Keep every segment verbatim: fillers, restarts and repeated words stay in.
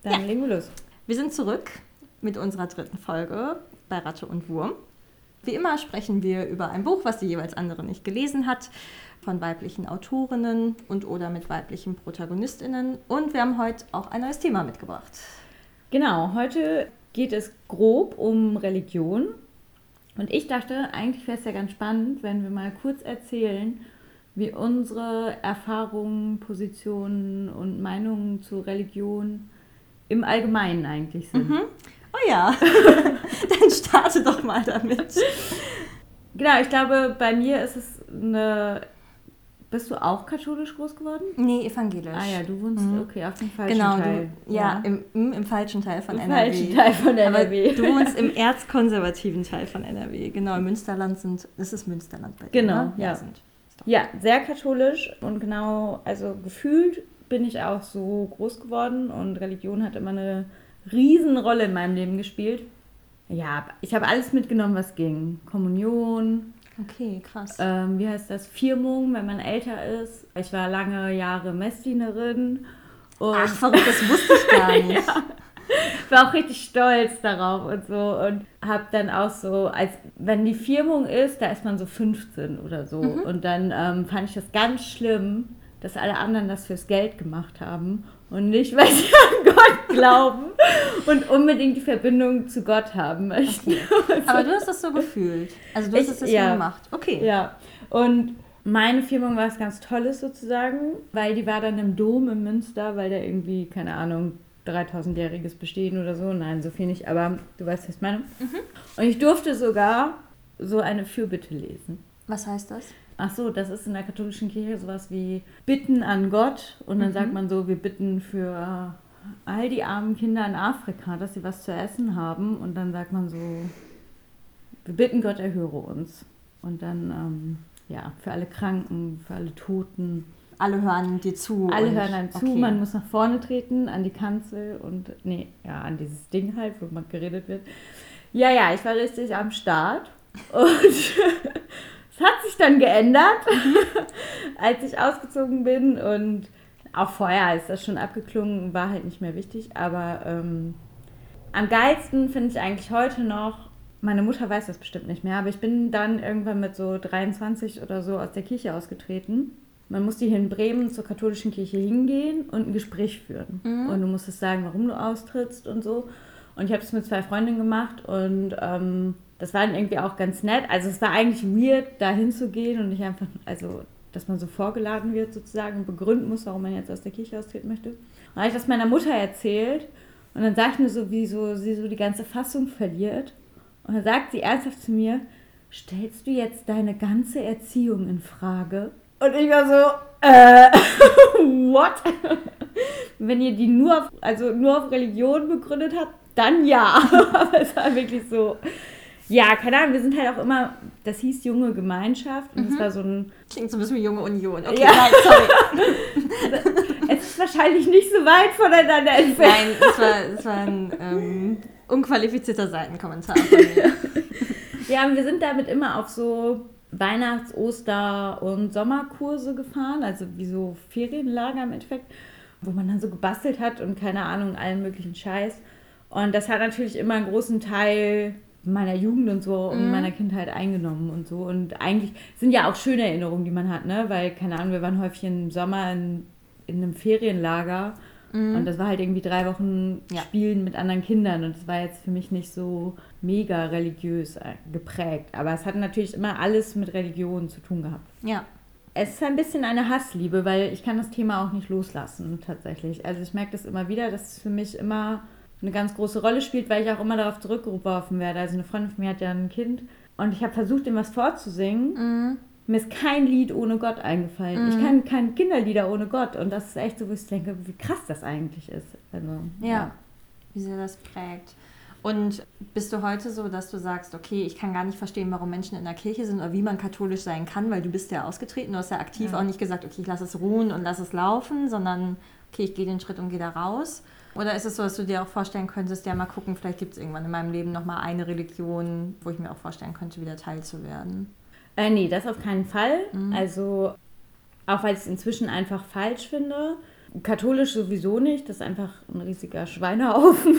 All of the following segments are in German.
Dann ja. legen wir los. Wir sind zurück mit unserer dritten Folge bei Ratte und Wurm. Wie immer sprechen wir über ein Buch, was die jeweils andere nicht gelesen hat, von weiblichen Autorinnen und oder mit weiblichen ProtagonistInnen. Und wir haben heute auch ein neues Thema mitgebracht. Genau, heute geht es grob um Religion. Und ich dachte, eigentlich wäre es ja ganz spannend, wenn wir mal kurz erzählen, wie unsere Erfahrungen, Positionen und Meinungen zu Religion im Allgemeinen eigentlich sind. Mhm. Oh ja, dann starte doch mal damit. Genau, ich glaube, bei mir ist es eine... Bist du auch katholisch groß geworden? Nee, evangelisch. Ah ja, du wohnst, mhm. okay, auf dem falschen genau, Teil. Du, ja, ja. Im, im, im falschen Teil von Im N R W. Im falschen Teil von N R W. Aber du wohnst im erzkonservativen Teil von N R W. Genau, im Münsterland sind, das ist Münsterland bei dir, genau, ne? ja. Ja, sind, ja, sehr katholisch und genau, also gefühlt bin ich auch so groß geworden und Religion hat immer eine Riesenrolle in meinem Leben gespielt. Ja, ich habe alles mitgenommen, was ging. Kommunion. Okay, krass. Ähm, wie heißt das? Firmung, wenn man älter ist. Ich war lange Jahre Messdienerin. Und Ach, verrückt, das wusste ich gar nicht. ja, war auch richtig stolz darauf und so. Und habe dann auch so, als wenn die Firmung ist, da ist man so fünfzehn oder so. Mhm. Und dann ähm, fand ich das ganz schlimm, dass alle anderen das fürs Geld gemacht haben. Und nicht, weil sie an Gott glauben und unbedingt die Verbindung zu Gott haben möchten. Okay. Aber du hast das so gefühlt. Also du hast es das ja. so gemacht. Okay. Ja. Und meine Firmung war was ganz Tolles sozusagen, weil die war dann im Dom in Münster, weil der irgendwie, keine Ahnung, dreitausendjähriges Bestehen oder so. Nein, so viel nicht, aber du weißt, was ich meine. Mhm. Und ich durfte sogar so eine Fürbitte lesen. Was heißt das? Ach so, das ist in der katholischen Kirche sowas wie Bitten an Gott. Und dann mhm. sagt man so, wir bitten für all die armen Kinder in Afrika, dass sie was zu essen haben. Und dann sagt man so, wir bitten Gott, erhöre uns. Und dann, ähm, ja, für alle Kranken, für alle Toten. Alle hören dir zu. Alle hören einem zu. Okay. Man muss nach vorne treten, an die Kanzel und, nee, ja, an dieses Ding halt, wo man geredet wird. Ja, ja, ich war richtig am Start. Und... Es hat sich dann geändert, als ich ausgezogen bin und auch vorher ist das schon abgeklungen, war halt nicht mehr wichtig, aber ähm, am geilsten finde ich eigentlich heute noch, meine Mutter weiß das bestimmt nicht mehr, aber ich bin dann irgendwann mit so dreiundzwanzig oder so aus der Kirche ausgetreten. Man musste hier in Bremen zur katholischen Kirche hingehen und ein Gespräch führen. Mhm. Und du musstest sagen, warum du austrittst und so. Und ich habe es mit zwei Freundinnen gemacht und ähm, das war dann irgendwie auch ganz nett. Also es war eigentlich weird, da hinzugehen und nicht einfach, also dass man so vorgeladen wird sozusagen und begründen muss, warum man jetzt aus der Kirche austreten möchte. Und dann habe ich das meiner Mutter erzählt und dann sag ich mir so, wie so, sie so die ganze Fassung verliert. Und dann sagt sie ernsthaft zu mir, stellst du jetzt deine ganze Erziehung in Frage? Und ich war so, äh, what? Wenn ihr die nur auf, also nur auf Religion begründet habt, dann ja. Aber es war wirklich so... Ja, keine Ahnung, wir sind halt auch immer, das hieß junge Gemeinschaft und es mhm. war so ein... Klingt so ein bisschen wie junge Union. Okay, ja. nein, sorry. Es ist wahrscheinlich nicht so weit voneinander entfernt. Nein, es war, es war ein ähm, unqualifizierter Seitenkommentar von mir. Ja, und wir sind damit immer auf so Weihnachts-, Oster- und Sommerkurse gefahren, also wie so Ferienlager im Endeffekt, wo man dann so gebastelt hat und keine Ahnung, allen möglichen Scheiß. Und das hat natürlich immer einen großen Teil... meiner Jugend und so und mhm. meiner Kindheit eingenommen und so. Und eigentlich sind ja auch schöne Erinnerungen, die man hat, ne? Weil, keine Ahnung, wir waren häufig im Sommer in, in einem Ferienlager mhm. und das war halt irgendwie drei Wochen ja. Spielen mit anderen Kindern und das war jetzt für mich nicht so mega religiös geprägt. Aber es hat natürlich immer alles mit Religion zu tun gehabt. Ja. Es ist ein bisschen eine Hassliebe, weil ich kann das Thema auch nicht loslassen, tatsächlich. Also ich merke das immer wieder, dass es für mich immer... eine ganz große Rolle spielt, weil ich auch immer darauf zurückgeworfen werde. Also eine Freundin von mir hat ja ein Kind und ich habe versucht, ihm was vorzusingen. Mm. Mir ist kein Lied ohne Gott eingefallen. Mm. Ich kann keine Kinderlieder ohne Gott und das ist echt so, wo ich denke, wie krass das eigentlich ist. Also, ja, ja, wie sehr das prägt. Und bist du heute so, dass du sagst, okay, ich kann gar nicht verstehen, warum Menschen in der Kirche sind oder wie man katholisch sein kann, weil du bist ja ausgetreten, du hast ja aktiv ja. auch nicht gesagt, okay, ich lasse es ruhen und lass es laufen, sondern okay, ich gehe den Schritt und gehe da raus. Oder ist es so, dass du dir auch vorstellen könntest, ja mal gucken, vielleicht gibt es irgendwann in meinem Leben nochmal eine Religion, wo ich mir auch vorstellen könnte, wieder Teil zu werden? Äh, nee, das auf keinen Fall. Mhm. Also auch weil ich es inzwischen einfach falsch finde. Katholisch sowieso nicht, das ist einfach ein riesiger Schweinehaufen.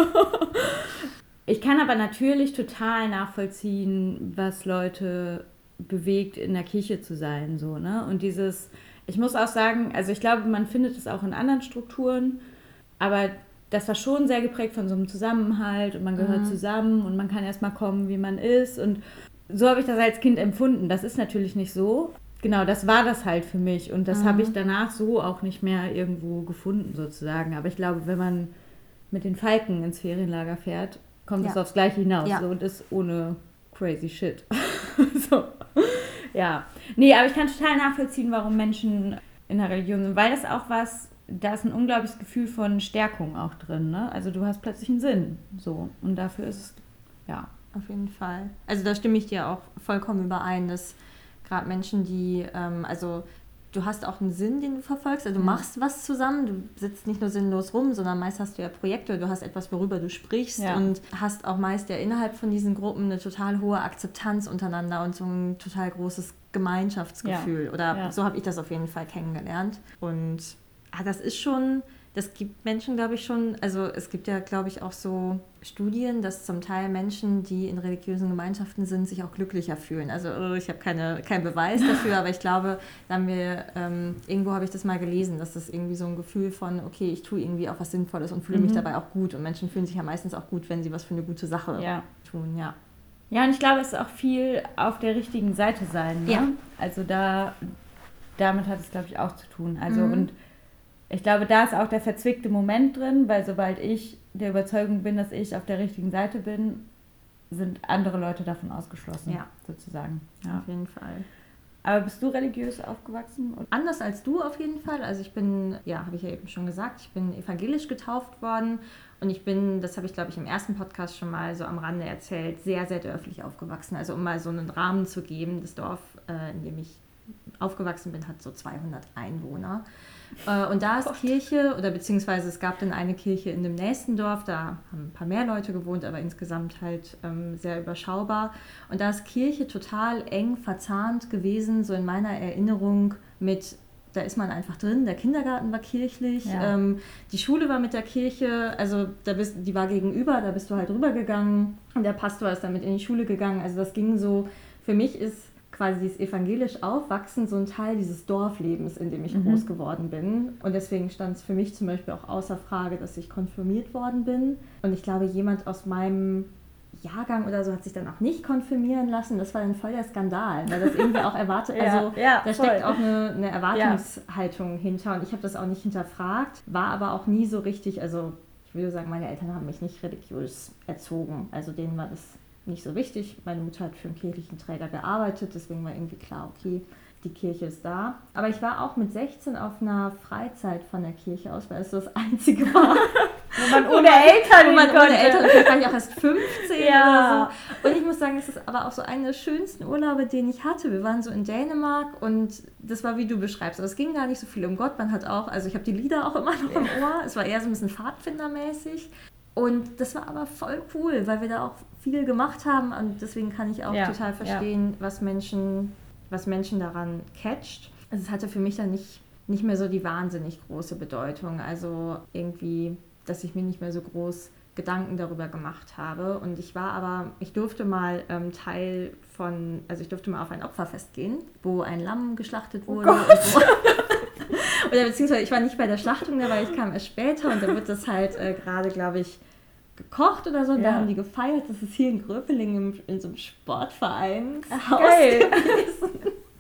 Ich kann aber natürlich total nachvollziehen, was Leute bewegt, in der Kirche zu sein. So, ne? Und dieses, ich muss auch sagen, also ich glaube, man findet es auch in anderen Strukturen, aber das war schon sehr geprägt von so einem Zusammenhalt und man gehört mhm. zusammen und man kann erstmal kommen, wie man ist. Und so habe ich das als Kind empfunden. Das ist natürlich nicht so. Genau, das war das halt für mich und das mhm. habe ich danach so auch nicht mehr irgendwo gefunden sozusagen. Aber ich glaube, wenn man mit den Falken ins Ferienlager fährt, kommt es ja. aufs Gleiche hinaus ja. so, und ist ohne crazy shit. so. Ja. Nee, aber ich kann total nachvollziehen, warum Menschen in der Religion sind, weil das auch was, da ist ein unglaubliches Gefühl von Stärkung auch drin, ne? Also du hast plötzlich einen Sinn, so. Und dafür ist es, ja. Auf jeden Fall. Also da stimme ich dir auch vollkommen überein, dass gerade Menschen, die, ähm, also du hast auch einen Sinn, den du verfolgst, also du machst was zusammen, du sitzt nicht nur sinnlos rum, sondern meist hast du ja Projekte, du hast etwas, worüber du sprichst ja. und hast auch meist ja innerhalb von diesen Gruppen eine total hohe Akzeptanz untereinander und so ein total großes Gemeinschaftsgefühl. Ja. Oder ja. so habe ich das auf jeden Fall kennengelernt. Und ah, das ist schon, das gibt Menschen, glaube ich, schon, also es gibt ja, glaube ich, auch so Studien, dass zum Teil Menschen, die in religiösen Gemeinschaften sind, sich auch glücklicher fühlen. Also ich habe keine, keinen Beweis dafür, aber ich glaube, da haben wir, ähm, irgendwo habe ich das mal gelesen, dass das irgendwie so ein Gefühl von, okay, ich tue irgendwie auch was Sinnvolles und fühle mhm. mich dabei auch gut. Und Menschen fühlen sich ja meistens auch gut, wenn sie was für eine gute Sache ja. tun, ja. Ja, und ich glaube, es ist auch viel auf der richtigen Seite sein. Ne? Ja. Also da, damit hat es, glaube ich, auch zu tun. Also mhm. und ich glaube, da ist auch der verzwickte Moment drin, weil sobald ich der Überzeugung bin, dass ich auf der richtigen Seite bin, sind andere Leute davon ausgeschlossen, ja. sozusagen. Ja. Auf jeden Fall. Aber bist du religiös aufgewachsen? Anders als du auf jeden Fall. Also ich bin, ja, habe ich ja eben schon gesagt, ich bin evangelisch getauft worden und ich bin, das habe ich glaube ich im ersten Podcast schon mal so am Rande erzählt, sehr, sehr dörflich aufgewachsen. Also um mal so einen Rahmen zu geben, das Dorf, äh, in dem ich aufgewachsen bin, hat so zweihundert Einwohner. Und da ist Kirche, oder beziehungsweise es gab dann eine Kirche in dem nächsten Dorf, da haben ein paar mehr Leute gewohnt, aber insgesamt halt ähm, sehr überschaubar. Und da ist Kirche total eng verzahnt gewesen, so in meiner Erinnerung mit, da ist man einfach drin, der Kindergarten war kirchlich, ja. ähm, die Schule war mit der Kirche, also da bist, die war gegenüber, da bist du halt rübergegangen und der Pastor ist damit in die Schule gegangen. Also das ging so, für mich ist quasi dieses evangelisch Aufwachsen so ein Teil dieses Dorflebens, in dem ich mhm. groß geworden bin. Und deswegen stand es für mich zum Beispiel auch außer Frage, dass ich konfirmiert worden bin. Und ich glaube, jemand aus meinem Jahrgang oder so hat sich dann auch nicht konfirmieren lassen. Das war dann voll der Skandal, weil das irgendwie auch erwartet, ja, also ja, da voll. steckt auch eine, eine Erwartungshaltung ja. hinter. Und ich habe das auch nicht hinterfragt, war aber auch nie so richtig, also ich würde sagen, meine Eltern haben mich nicht religiös erzogen. Also denen war das nicht so wichtig. Meine Mutter hat für einen kirchlichen Träger gearbeitet, deswegen war irgendwie klar, okay, die Kirche ist da. Aber ich war auch mit sechzehn auf einer Freizeit von der Kirche aus, weil es so das Einzige war. wo man ohne Eltern wo man ohne Eltern, vielleicht war ich auch erst fünfzehn ja. oder so. Und ich muss sagen, es ist aber auch so einer der schönsten Urlaube, den ich hatte. Wir waren so in Dänemark und das war, wie du beschreibst. Aber es ging gar nicht so viel um Gott. Man hat auch, also ich habe die Lieder auch immer noch im Ohr. Es war eher so ein bisschen pfadfindermäßig. Und das war aber voll cool, weil wir da auch viel gemacht haben und deswegen kann ich auch ja, total verstehen, ja. was Menschen, was Menschen daran catcht. Also es hatte für mich dann nicht, nicht mehr so die wahnsinnig große Bedeutung. Also irgendwie, dass ich mir nicht mehr so groß Gedanken darüber gemacht habe. Und ich war aber, ich durfte mal ähm, Teil von, also ich durfte mal auf ein Opferfest gehen, wo ein Lamm geschlachtet wurde. Oh und wo, oder beziehungsweise ich war nicht bei der Schlachtung dabei, ich kam erst später und da wird das halt äh, gerade, glaube ich, gekocht oder so. Und ja. da haben die gefeiert. Das ist hier in Gröpeling im, in so einem Sportvereinshaus gewesen.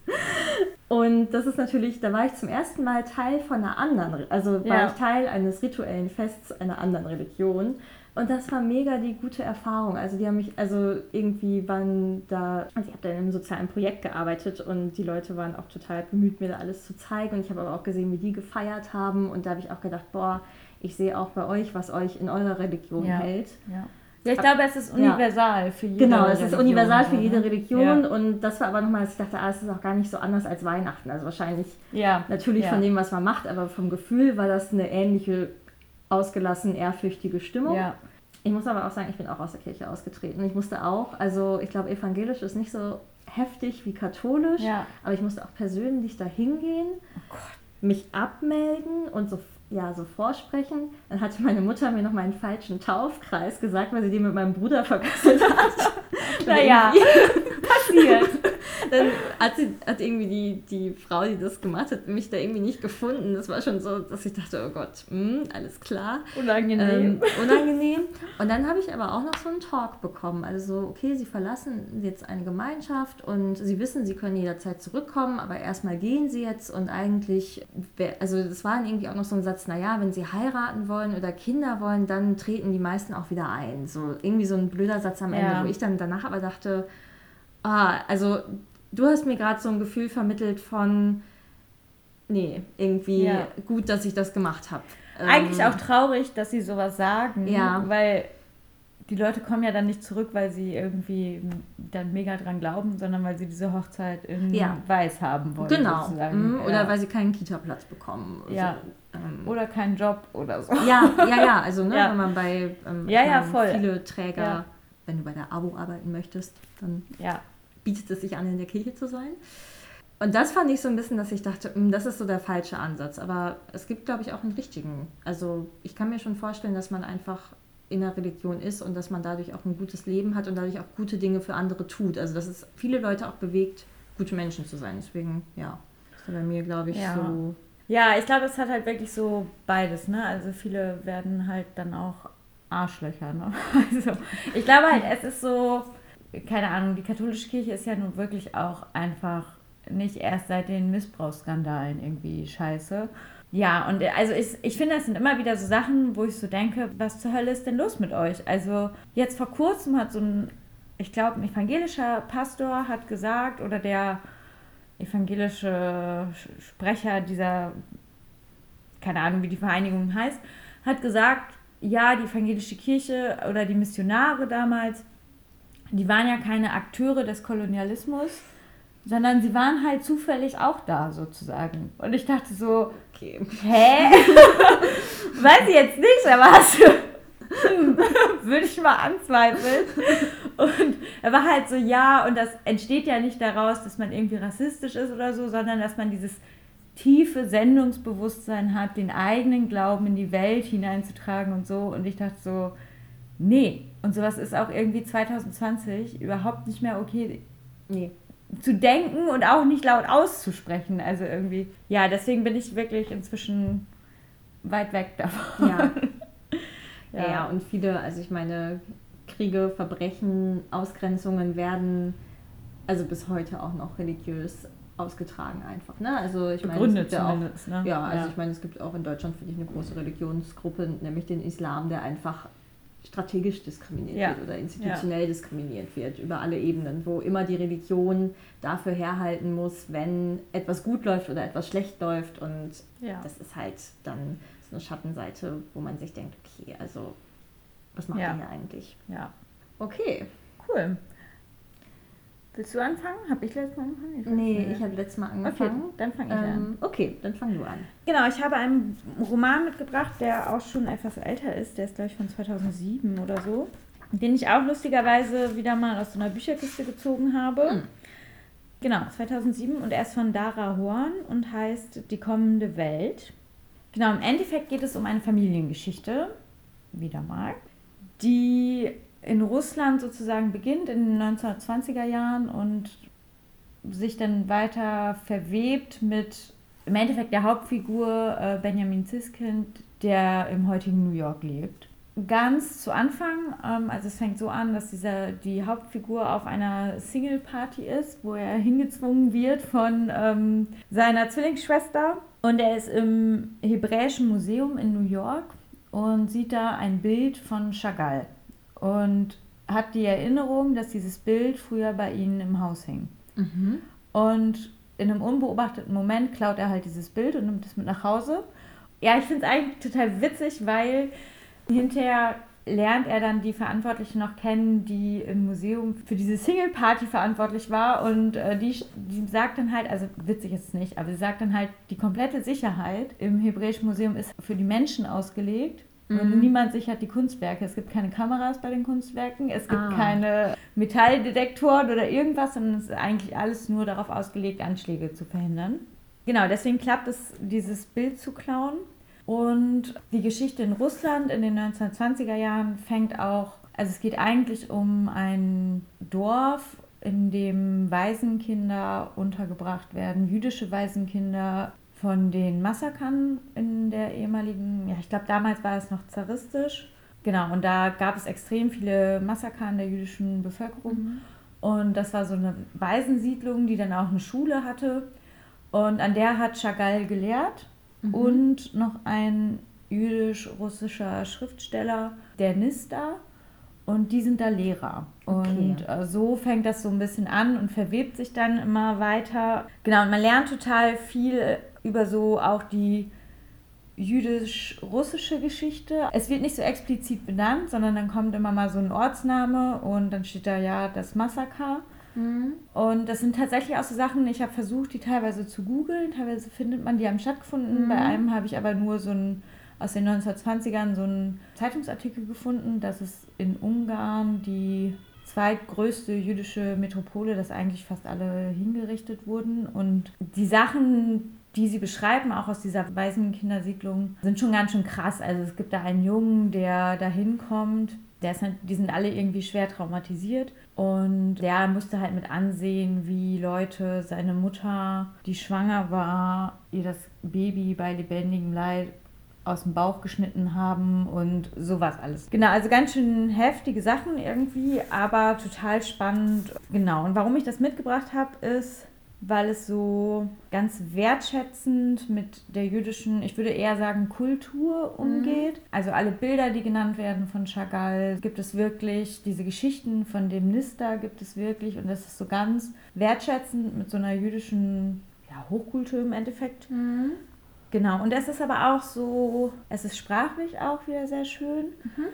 Und das ist natürlich, da war ich zum ersten Mal Teil von einer anderen, also war ja. ich Teil eines rituellen Fests einer anderen Religion. Und das war mega die gute Erfahrung. Also die haben mich, also irgendwie waren da, also ich habe da in einem sozialen Projekt gearbeitet und die Leute waren auch total bemüht, mir da alles zu zeigen. Und ich habe aber auch gesehen, wie die gefeiert haben. Und da habe ich auch gedacht, boah, ich sehe auch bei euch, was euch in eurer Religion ja. hält. Ja. Ja, ich glaube, es ist universal ja. für jede Genau, es Religion. ist universal für jede Religion ja. und das war aber nochmal, dass ich dachte, ah, es ist auch gar nicht so anders als Weihnachten. Also wahrscheinlich ja. natürlich ja. von dem, was man macht, aber vom Gefühl war das eine ähnliche, ausgelassen, ehrfürchtige Stimmung. Ja. Ich muss aber auch sagen, ich bin auch aus der Kirche ausgetreten. Ich musste auch, also ich glaube, evangelisch ist nicht so heftig wie katholisch, ja. aber ich musste auch persönlich da hingehen. Oh Gott. mich abmelden und so, ja, so vorsprechen. Dann hatte meine Mutter mir noch meinen falschen Taufkreis gesagt, weil sie den mit meinem Bruder verwechselt hat. Naja, passiert. Dann hat, sie, hat irgendwie die, die Frau, die das gemacht hat, mich da irgendwie nicht gefunden. Das war schon so, dass ich dachte, oh Gott, mh, alles klar. Unangenehm. Ähm, unangenehm. Und dann habe ich aber auch noch so einen Talk bekommen. Also so, okay, sie verlassen jetzt eine Gemeinschaft und sie wissen, sie können jederzeit zurückkommen, aber erstmal gehen sie jetzt und eigentlich, also das war irgendwie auch noch so ein Satz, naja, wenn sie heiraten wollen oder Kinder wollen, dann treten die meisten auch wieder ein. So irgendwie so ein blöder Satz am Ende, Ja. wo ich dann danach aber dachte, ah, also du hast mir gerade so ein Gefühl vermittelt von, nee, irgendwie Ja. gut, dass ich das gemacht habe. Eigentlich ähm, auch traurig, dass sie sowas sagen, Ja. weil die Leute kommen ja dann nicht zurück, weil sie irgendwie dann mega dran glauben, sondern weil sie diese Hochzeit in Ja. weiß haben wollen. Genau. sozusagen. Mhm. Ja. Oder weil sie keinen Kita-Platz bekommen. Ja. So, ähm, Oder keinen Job oder so. ja, ja, ja. Also, ne, Ja. wenn man bei ähm, Ja, ich ja, meine, voll. viele Träger, Ja. wenn du bei der Abo arbeiten möchtest, dann Ja. bietet es sich an, in der Kirche zu sein. Und das fand ich so ein bisschen, dass ich dachte, mh, das ist so der falsche Ansatz. Aber es gibt, glaube ich, auch einen richtigen. Also ich kann mir schon vorstellen, dass man einfach in der Religion ist und dass man dadurch auch ein gutes Leben hat und dadurch auch gute Dinge für andere tut. Also dass es viele Leute auch bewegt, gute Menschen zu sein. Deswegen, ja, ist bei mir, glaube ich, Ja. so... Ja, ich glaube, es hat halt wirklich so beides, ne? Also viele werden halt dann auch Arschlöcher, ne? Also ich glaube halt, es ist so, keine Ahnung, die katholische Kirche ist ja nun wirklich auch einfach nicht erst seit den Missbrauchsskandalen irgendwie scheiße. Ja, und also ich, ich finde, das sind immer wieder so Sachen, wo ich so denke, was zur Hölle ist denn los mit euch? Also jetzt vor kurzem hat so ein, ich glaube, ein evangelischer Pastor hat gesagt, oder der evangelische Sprecher dieser, keine Ahnung, wie die Vereinigung heißt, hat gesagt, ja, die evangelische Kirche oder die Missionare damals, die waren ja keine Akteure des Kolonialismus, sondern sie waren halt zufällig auch da sozusagen. Und ich dachte so, Okay. hä? Weiß ich jetzt nicht, aber hast du... Hm, würde ich mal anzweifeln. Und er war halt so, ja, und das entsteht ja nicht daraus, dass man irgendwie rassistisch ist oder so, sondern dass man dieses tiefe Sendungsbewusstsein hat, den eigenen Glauben in die Welt hineinzutragen und so. Und ich dachte so, nee. Und sowas ist auch irgendwie zwanzig zwanzig überhaupt nicht mehr okay Nee. zu denken und auch nicht laut auszusprechen. Also irgendwie, ja, deswegen bin ich wirklich inzwischen weit weg davon. Ja. Ja. Ja, ja, und viele, also ich meine, Kriege, Verbrechen, Ausgrenzungen werden also bis heute auch noch religiös ausgetragen einfach. Ne? Also ich meine, es Begründet gibt ja auch, zumindest, ne? ja, also Ja. ich meine, es gibt auch in Deutschland, finde ich, eine große Religionsgruppe, nämlich den Islam, der einfach strategisch diskriminiert Ja. wird oder institutionell diskriminiert wird über alle Ebenen, wo immer die Religion dafür herhalten muss, wenn etwas gut läuft oder etwas schlecht läuft, und Ja. das ist halt dann so eine Schattenseite, wo man sich denkt, okay, also was macht Ja. ihr hier eigentlich? Ja, Okay. cool. Willst du anfangen? Habe ich letztes Mal angefangen? Ich weiß Nee, nicht. ich habe letztes Mal Okay, angefangen. dann fange ich an. Ähm, okay, dann fang du an. Genau, ich habe einen Roman mitgebracht, der auch schon etwas älter ist. Der ist, glaube ich, von zweitausendsieben oder so. Den ich auch lustigerweise wieder mal aus so einer Bücherkiste gezogen habe. Hm. Genau, zweitausendsieben, und er ist von Dara Horn und heißt Die kommende Welt. Genau, im Endeffekt geht es um eine Familiengeschichte, wieder mal, die in Russland sozusagen beginnt in den neunzehnhundertzwanziger Jahren und sich dann weiter verwebt mit im Endeffekt der Hauptfigur äh, Benjamin Siskind, der im heutigen New York lebt. Ganz zu Anfang, ähm, also es fängt so an, dass dieser, die Hauptfigur auf einer Single-Party ist, wo er hingezwungen wird von ähm, seiner Zwillingsschwester. Und er ist im Hebräischen Museum in New York und sieht da ein Bild von Chagall. Und hat die Erinnerung, dass dieses Bild früher bei ihnen im Haus hing. Mhm. Und in einem unbeobachteten Moment klaut er halt dieses Bild und nimmt es mit nach Hause. Ja, ich finde es eigentlich total witzig, weil hinterher lernt er dann die Verantwortliche noch kennen, die im Museum für diese Single-Party verantwortlich war. Und äh, die, die sagt dann halt, also witzig ist es nicht, aber sie sagt dann halt, die komplette Sicherheit im Hebräischen Museum ist für die Menschen ausgelegt. Und Mhm. niemand sichert die Kunstwerke. Es gibt keine Kameras bei den Kunstwerken, es gibt Ah. keine Metalldetektoren oder irgendwas, sondern es ist eigentlich alles nur darauf ausgelegt, Anschläge zu verhindern. Genau, deswegen klappt es, dieses Bild zu klauen. Und die Geschichte in Russland in den neunzehnhundertzwanziger Jahren fängt auch, also es geht eigentlich um ein Dorf, in dem Waisenkinder untergebracht werden, jüdische Waisenkinder von den Massakern in der ehemaligen, ja ich glaube damals war es noch zaristisch. Genau, und da gab es extrem viele Massaker in der jüdischen Bevölkerung. Mhm. Und das war so eine Waisensiedlung, die dann auch eine Schule hatte. Und an der hat Chagall gelehrt. Mhm. Und noch ein jüdisch-russischer Schriftsteller, der Nista. Und die sind da Lehrer. Okay. Und äh, so fängt das so ein bisschen an und verwebt sich dann immer weiter. Genau, und man lernt total viel über so auch die jüdisch-russische Geschichte. Es wird nicht so explizit benannt, sondern dann kommt immer mal so ein Ortsname und dann steht da ja das Massaker. Mhm. Und das sind tatsächlich auch so Sachen, ich habe versucht, die teilweise zu googeln, teilweise findet man, die haben stattgefunden. Mhm. Bei einem habe ich aber nur so ein, aus den neunzehnhundertzwanzigern so einen Zeitungsartikel gefunden, dass es in Ungarn die zweitgrößte jüdische Metropole, dass eigentlich fast alle hingerichtet wurden. Und die Sachen, die sie beschreiben, auch aus dieser Waisenkindersiedlung, sind schon ganz schön krass. Also es gibt da einen Jungen, der da hinkommt, der ist, die sind alle irgendwie schwer traumatisiert und der musste halt mit ansehen, wie Leute seine Mutter, die schwanger war, ihr das Baby bei lebendigem Leib aus dem Bauch geschnitten haben und sowas alles. Genau, also ganz schön heftige Sachen irgendwie, aber total spannend. Genau, und warum ich das mitgebracht habe, ist, weil es so ganz wertschätzend mit der jüdischen, ich würde eher sagen, Kultur umgeht. Mhm. Also alle Bilder, die genannt werden von Chagall, gibt es wirklich, diese Geschichten von dem Nista gibt es wirklich und das ist so ganz wertschätzend mit so einer jüdischen ja, Hochkultur im Endeffekt. Mhm. Genau, und es ist aber auch so, es ist sprachlich auch wieder sehr schön. Mhm.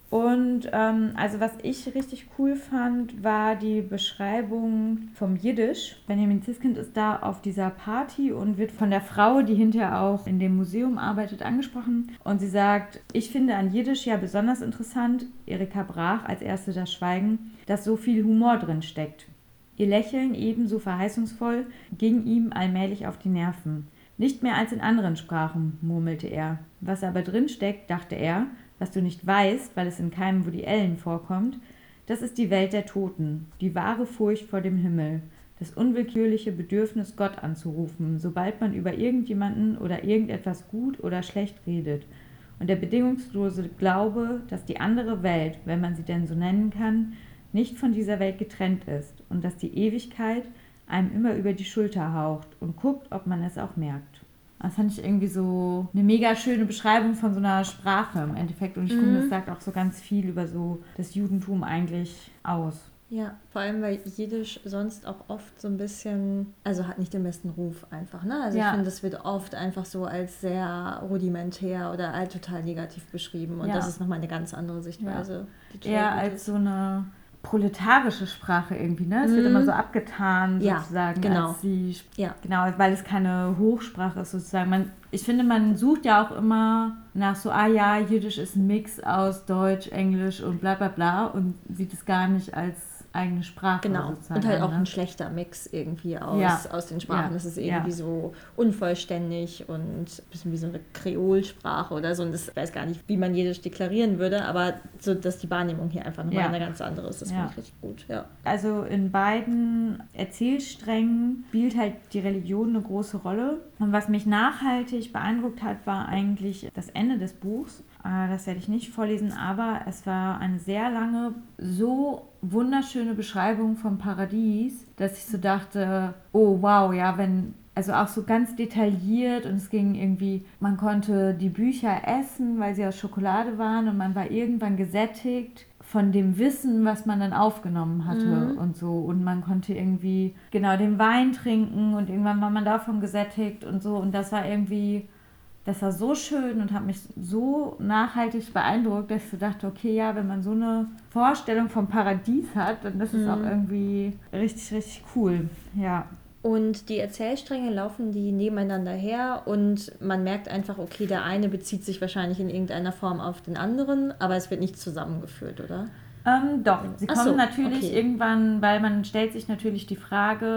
Und ähm, also was ich richtig cool fand, war die Beschreibung vom Jiddisch. Benjamin Ziskind ist da auf dieser Party und wird von der Frau, die hinterher auch in dem Museum arbeitet, angesprochen. Und sie sagt, ich finde an Jiddisch ja besonders interessant, Erika brach als erste das Schweigen, dass so viel Humor drin steckt. Ihr Lächeln, ebenso verheißungsvoll, ging ihm allmählich auf die Nerven. Nicht mehr als in anderen Sprachen, murmelte er. Was aber drin steckt, dachte er, was du nicht weißt, weil es in keinem Woody Allen vorkommt, das ist die Welt der Toten, die wahre Furcht vor dem Himmel, das unwillkürliche Bedürfnis, Gott anzurufen, sobald man über irgendjemanden oder irgendetwas gut oder schlecht redet, und der bedingungslose Glaube, dass die andere Welt, wenn man sie denn so nennen kann, nicht von dieser Welt getrennt ist und dass die Ewigkeit einem immer über die Schulter haucht und guckt, ob man es auch merkt. Das fand ich irgendwie so eine mega schöne Beschreibung von so einer Sprache im Endeffekt. Und ich mhm. finde, das sagt auch so ganz viel über so das Judentum eigentlich aus. Ja, vor allem, weil Jiddisch sonst auch oft so ein bisschen, also hat nicht den besten Ruf einfach, ne? Also ja. Ich finde, das wird oft einfach so als sehr rudimentär oder halt total negativ beschrieben. Und ja. das ist nochmal eine ganz andere Sichtweise. Ja. Eher als so eine proletarische Sprache irgendwie, ne? Es mm. wird immer so abgetan, sozusagen. Ja, genau. Als die, ja. Genau, weil es keine Hochsprache ist, sozusagen. Man, ich finde, man sucht ja auch immer nach so, ah ja, Jiddisch ist ein Mix aus Deutsch, Englisch und bla bla bla und sieht es gar nicht als eigene Sprache genau. sozusagen. Und halt auch ne? ein schlechter Mix irgendwie aus, ja. aus den Sprachen. Ja. Das ist irgendwie ja. so unvollständig und ein bisschen wie so eine Kreolsprache oder so. Und das, ich weiß gar nicht, wie man Jiddisch deklarieren würde, aber so, dass die Wahrnehmung hier einfach nochmal ja. eine ganz andere ist. Das ja. finde ich richtig gut. Ja. Also in beiden Erzählsträngen spielt halt die Religion eine große Rolle. Und was mich nachhaltig beeindruckt hat, war eigentlich das Ende des Buchs. Das werde ich nicht vorlesen, aber es war eine sehr lange, so wunderschöne Beschreibung vom Paradies, dass ich so dachte, oh wow, ja, wenn, also auch so ganz detailliert und es ging irgendwie, man konnte die Bücher essen, weil sie aus Schokolade waren und man war irgendwann gesättigt von dem Wissen, was man dann aufgenommen hatte mhm. und so und man konnte irgendwie genau den Wein trinken und irgendwann war man davon gesättigt und so und das war irgendwie... Das war so schön und hat mich so nachhaltig beeindruckt, dass ich so dachte, okay, ja, wenn man so eine Vorstellung vom Paradies hat, dann ist es mhm. auch irgendwie richtig, richtig cool. Ja. Und die Erzählstränge laufen die nebeneinander her und man merkt einfach, okay, der eine bezieht sich wahrscheinlich in irgendeiner Form auf den anderen, aber es wird nicht zusammengeführt, oder? Ähm, doch, sie Ach kommen so, natürlich okay. irgendwann, weil man stellt sich natürlich die Frage,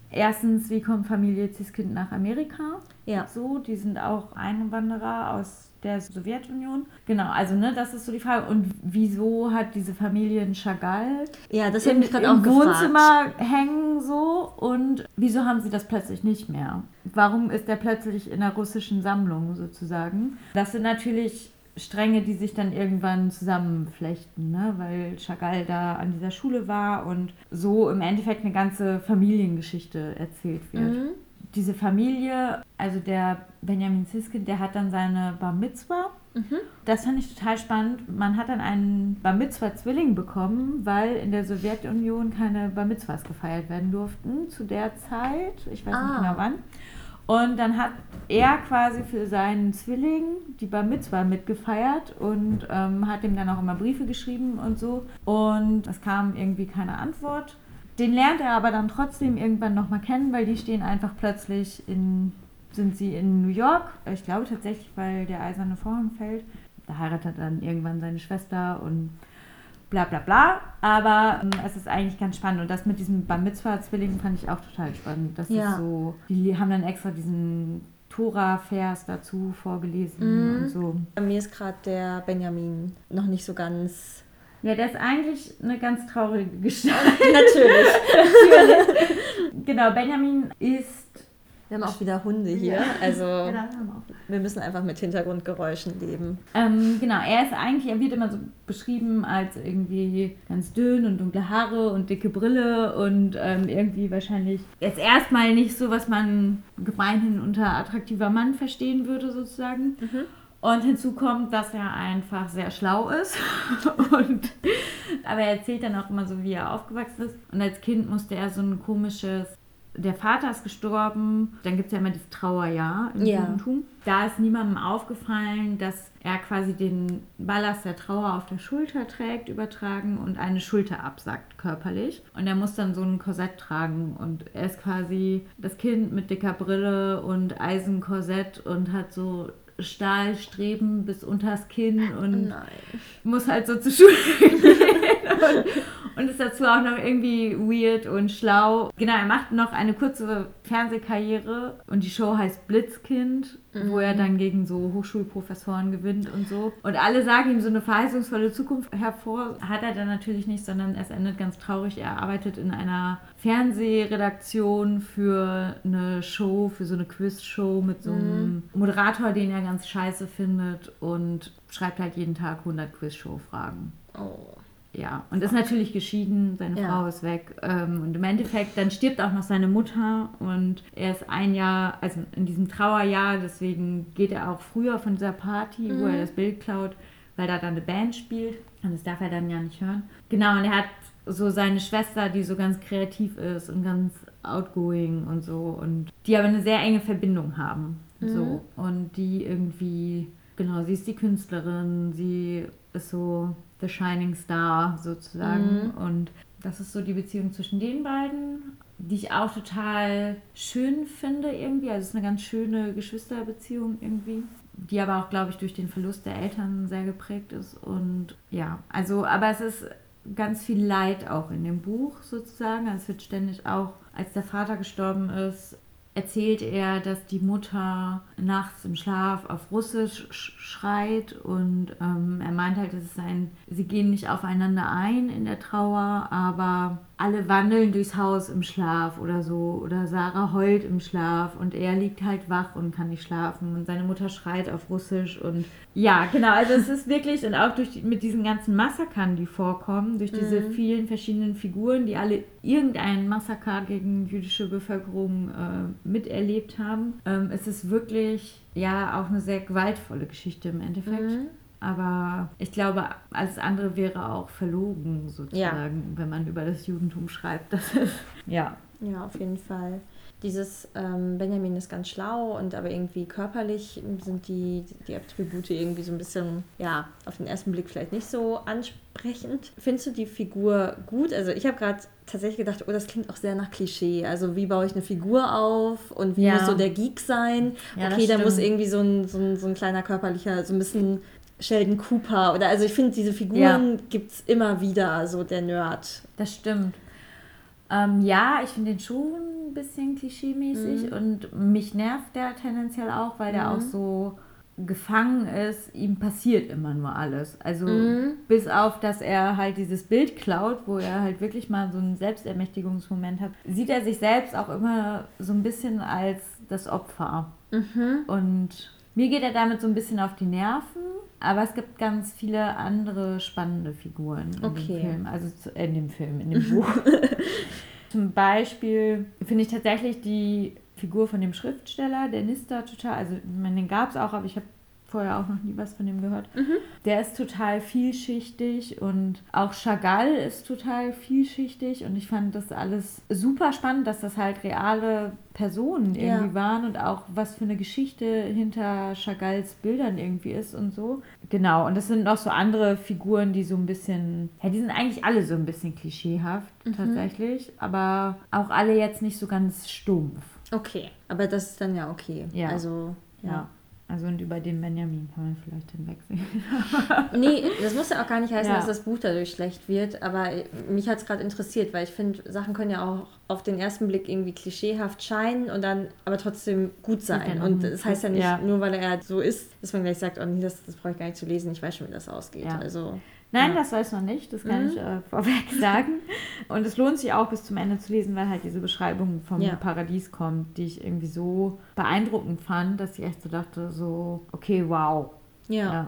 erstens, wie kommt Familie Ziskind nach Amerika? Ja. So, die sind auch Einwanderer aus der Sowjetunion. Genau, also ne, das ist so die Frage. Und wieso hat diese Familie in Chagall Ja, das im, habe ich gerade im auch gefragt. Wohnzimmer hängen so? Und wieso haben sie das plötzlich nicht mehr? Warum ist der plötzlich in der russischen Sammlung sozusagen? Das sind natürlich Stränge, die sich dann irgendwann zusammenflechten, ne? Weil Chagall da an dieser Schule war und so im Endeffekt eine ganze Familiengeschichte erzählt wird. Mhm. Diese Familie, also der Benjamin Ziskind, der hat dann seine Bar Mitzwa. Mhm. Das fand ich total spannend. Man hat dann einen Bar Mitzwa-Zwilling bekommen, weil in der Sowjetunion keine Bar Mitzwas gefeiert werden durften zu der Zeit. Ich weiß Ah. nicht genau wann. Und dann hat er quasi für seinen Zwilling die Bar Mitzwa mitgefeiert und ähm, hat ihm dann auch immer Briefe geschrieben und so. Und es kam irgendwie keine Antwort. Den lernt er aber dann trotzdem irgendwann nochmal kennen, weil die stehen einfach plötzlich in, sind sie in New York. Ich glaube tatsächlich, weil der eiserne Vorhang fällt. Da heiratet dann irgendwann seine Schwester und bla bla bla. Aber ähm, es ist eigentlich ganz spannend. Und das mit diesem Bar Mitzwa-Zwilling fand ich auch total spannend. Das Ja. ist so, die haben dann extra diesen Tora-Vers dazu vorgelesen Mhm. und so. Bei mir ist gerade der Benjamin noch nicht so ganz... Ja, der ist eigentlich eine ganz traurige Gestalt. Natürlich. Genau, Benjamin ist... Wir haben auch wieder Hunde hier, also Genau, wir haben auch. wir müssen einfach mit Hintergrundgeräuschen leben. Ähm, genau, er ist eigentlich, er wird immer so beschrieben als irgendwie ganz dünn und dunkle Haare und dicke Brille und ähm, irgendwie wahrscheinlich jetzt erstmal nicht so, was man gemeinhin unter attraktiver Mann verstehen würde sozusagen. Mhm. Und hinzu kommt, dass er einfach sehr schlau ist. und, aber er erzählt dann auch immer so, wie er aufgewachsen ist. Und als Kind musste er so ein komisches... Der Vater ist gestorben, dann gibt es ja immer dieses Trauerjahr im Ja. Judentum. Da ist niemandem aufgefallen, dass er quasi den Ballast der Trauer auf der Schulter trägt, übertragen und eine Schulter absackt körperlich. Und er muss dann so ein Korsett tragen und er ist quasi das Kind mit dicker Brille und Eisenkorsett und hat so Stahlstreben bis unters Kinn und Nein. muss halt so zur Schule gehen und, und ist dazu auch noch irgendwie weird und schlau. Genau, er macht noch eine kurze Fernsehkarriere und die Show heißt Blitzkind, mhm. wo er dann gegen so Hochschulprofessoren gewinnt und so. Und alle sagen ihm so eine verheißungsvolle Zukunft hervor. Hat er dann natürlich nicht, sondern es endet ganz traurig. Er arbeitet in einer Fernsehredaktion für eine Show, für so eine Quizshow mit so einem mhm. Moderator, den er ganz scheiße findet und schreibt halt jeden Tag hundert Quizshow-Fragen. Oh. Ja, und ist natürlich geschieden, seine Ja. Frau ist weg. Ähm, und im Endeffekt, dann stirbt auch noch seine Mutter und er ist ein Jahr, also in diesem Trauerjahr, deswegen geht er auch früher von dieser Party, mhm. wo er das Bild klaut, weil da dann eine Band spielt. Und das darf er dann ja nicht hören. Genau, und er hat so seine Schwester, die so ganz kreativ ist und ganz outgoing und so. Und die aber eine sehr enge Verbindung haben. Mhm. So. Und die irgendwie, genau, sie ist die Künstlerin, sie ist so the shining star sozusagen. Mhm. Und das ist so die Beziehung zwischen den beiden, die ich auch total schön finde irgendwie. Also es ist eine ganz schöne Geschwisterbeziehung irgendwie, die aber auch, glaube ich, durch den Verlust der Eltern sehr geprägt ist. Und ja, also, aber es ist ganz viel Leid auch in dem Buch sozusagen. Also es wird ständig auch, als der Vater gestorben ist, erzählt er, dass die Mutter nachts im Schlaf auf Russisch schreit und ähm, er meint halt, dass es ein, sie gehen nicht aufeinander ein in der Trauer, aber alle wandeln durchs Haus im Schlaf oder so oder Sarah heult im Schlaf und er liegt halt wach und kann nicht schlafen und seine Mutter schreit auf Russisch und ja, genau, also es ist wirklich und auch durch die, mit diesen ganzen Massakern, die vorkommen, durch diese mhm. vielen verschiedenen Figuren, die alle irgendein Massaker gegen jüdische Bevölkerung äh, miterlebt haben, ähm, es ist wirklich ja auch eine sehr gewaltvolle Geschichte im Endeffekt. Mhm. Aber ich glaube, alles andere wäre auch verlogen, sozusagen, ja. wenn man über das Judentum schreibt. Das ist, ja. Ja, auf jeden Fall. Dieses ähm, Benjamin ist ganz schlau und aber irgendwie körperlich sind die, die Attribute irgendwie so ein bisschen, ja, auf den ersten Blick vielleicht nicht so ansprechend. Findest du die Figur gut? Also ich habe gerade tatsächlich gedacht, oh, das klingt auch sehr nach Klischee. Also wie baue ich eine Figur auf und wie ja. muss so der Geek sein? Ja, okay, da muss irgendwie so ein, so, ein, so ein kleiner körperlicher, so ein bisschen Sheldon Cooper oder also ich finde, diese Figuren ja. gibt es immer wieder, so der Nerd. Das stimmt. Ähm, ja, ich finde den schon ein bisschen klischeemäßig Mhm. und mich nervt der tendenziell auch, weil der Mhm. auch so gefangen ist, ihm passiert immer nur alles. Also Mhm. bis auf, dass er halt dieses Bild klaut, wo er halt wirklich mal so einen Selbstermächtigungsmoment hat, sieht er sich selbst auch immer so ein bisschen als das Opfer. Mhm. Und mir geht er damit so ein bisschen auf die Nerven, aber es gibt ganz viele andere spannende Figuren in Okay. dem Film, also zu- in dem Film, in dem Buch. Zum Beispiel finde ich tatsächlich die Figur von dem Schriftsteller, der Nista, total, also ich meine, den gab es auch, aber ich habe vorher auch noch nie was von dem gehört. Mhm. Der ist total vielschichtig und auch Chagall ist total vielschichtig und ich fand das alles super spannend, dass das halt reale Personen irgendwie Ja. waren und auch was für eine Geschichte hinter Chagalls Bildern irgendwie ist und so. Genau, und das sind noch so andere Figuren, die so ein bisschen, ja, die sind eigentlich alle so ein bisschen klischeehaft tatsächlich, aber auch alle jetzt nicht so ganz stumpf. Okay, aber das ist dann ja okay. Ja. Also, Ja. ja. Also und über den Benjamin kann man vielleicht hinwegsehen. Nee, das muss ja auch gar nicht heißen, Ja. dass das Buch dadurch schlecht wird, aber mich hat es gerade interessiert, weil ich finde, Sachen können ja auch auf den ersten Blick irgendwie klischeehaft scheinen und dann aber trotzdem gut sein. dann Und noch das heißt ja nicht, ja. nur weil er so ist, dass man gleich sagt, oh nee, das, das brauche ich gar nicht zu lesen, ich weiß schon, wie das ausgeht. Ja. Also, Nein, ja. das weiß noch nicht, das kann Mhm. ich äh, vorweg sagen. Und es lohnt sich auch bis zum Ende zu lesen, weil halt diese Beschreibung vom Ja. Paradies kommt, die ich irgendwie so beeindruckend fand, dass ich echt so dachte, so, okay, wow. Ja. Ja.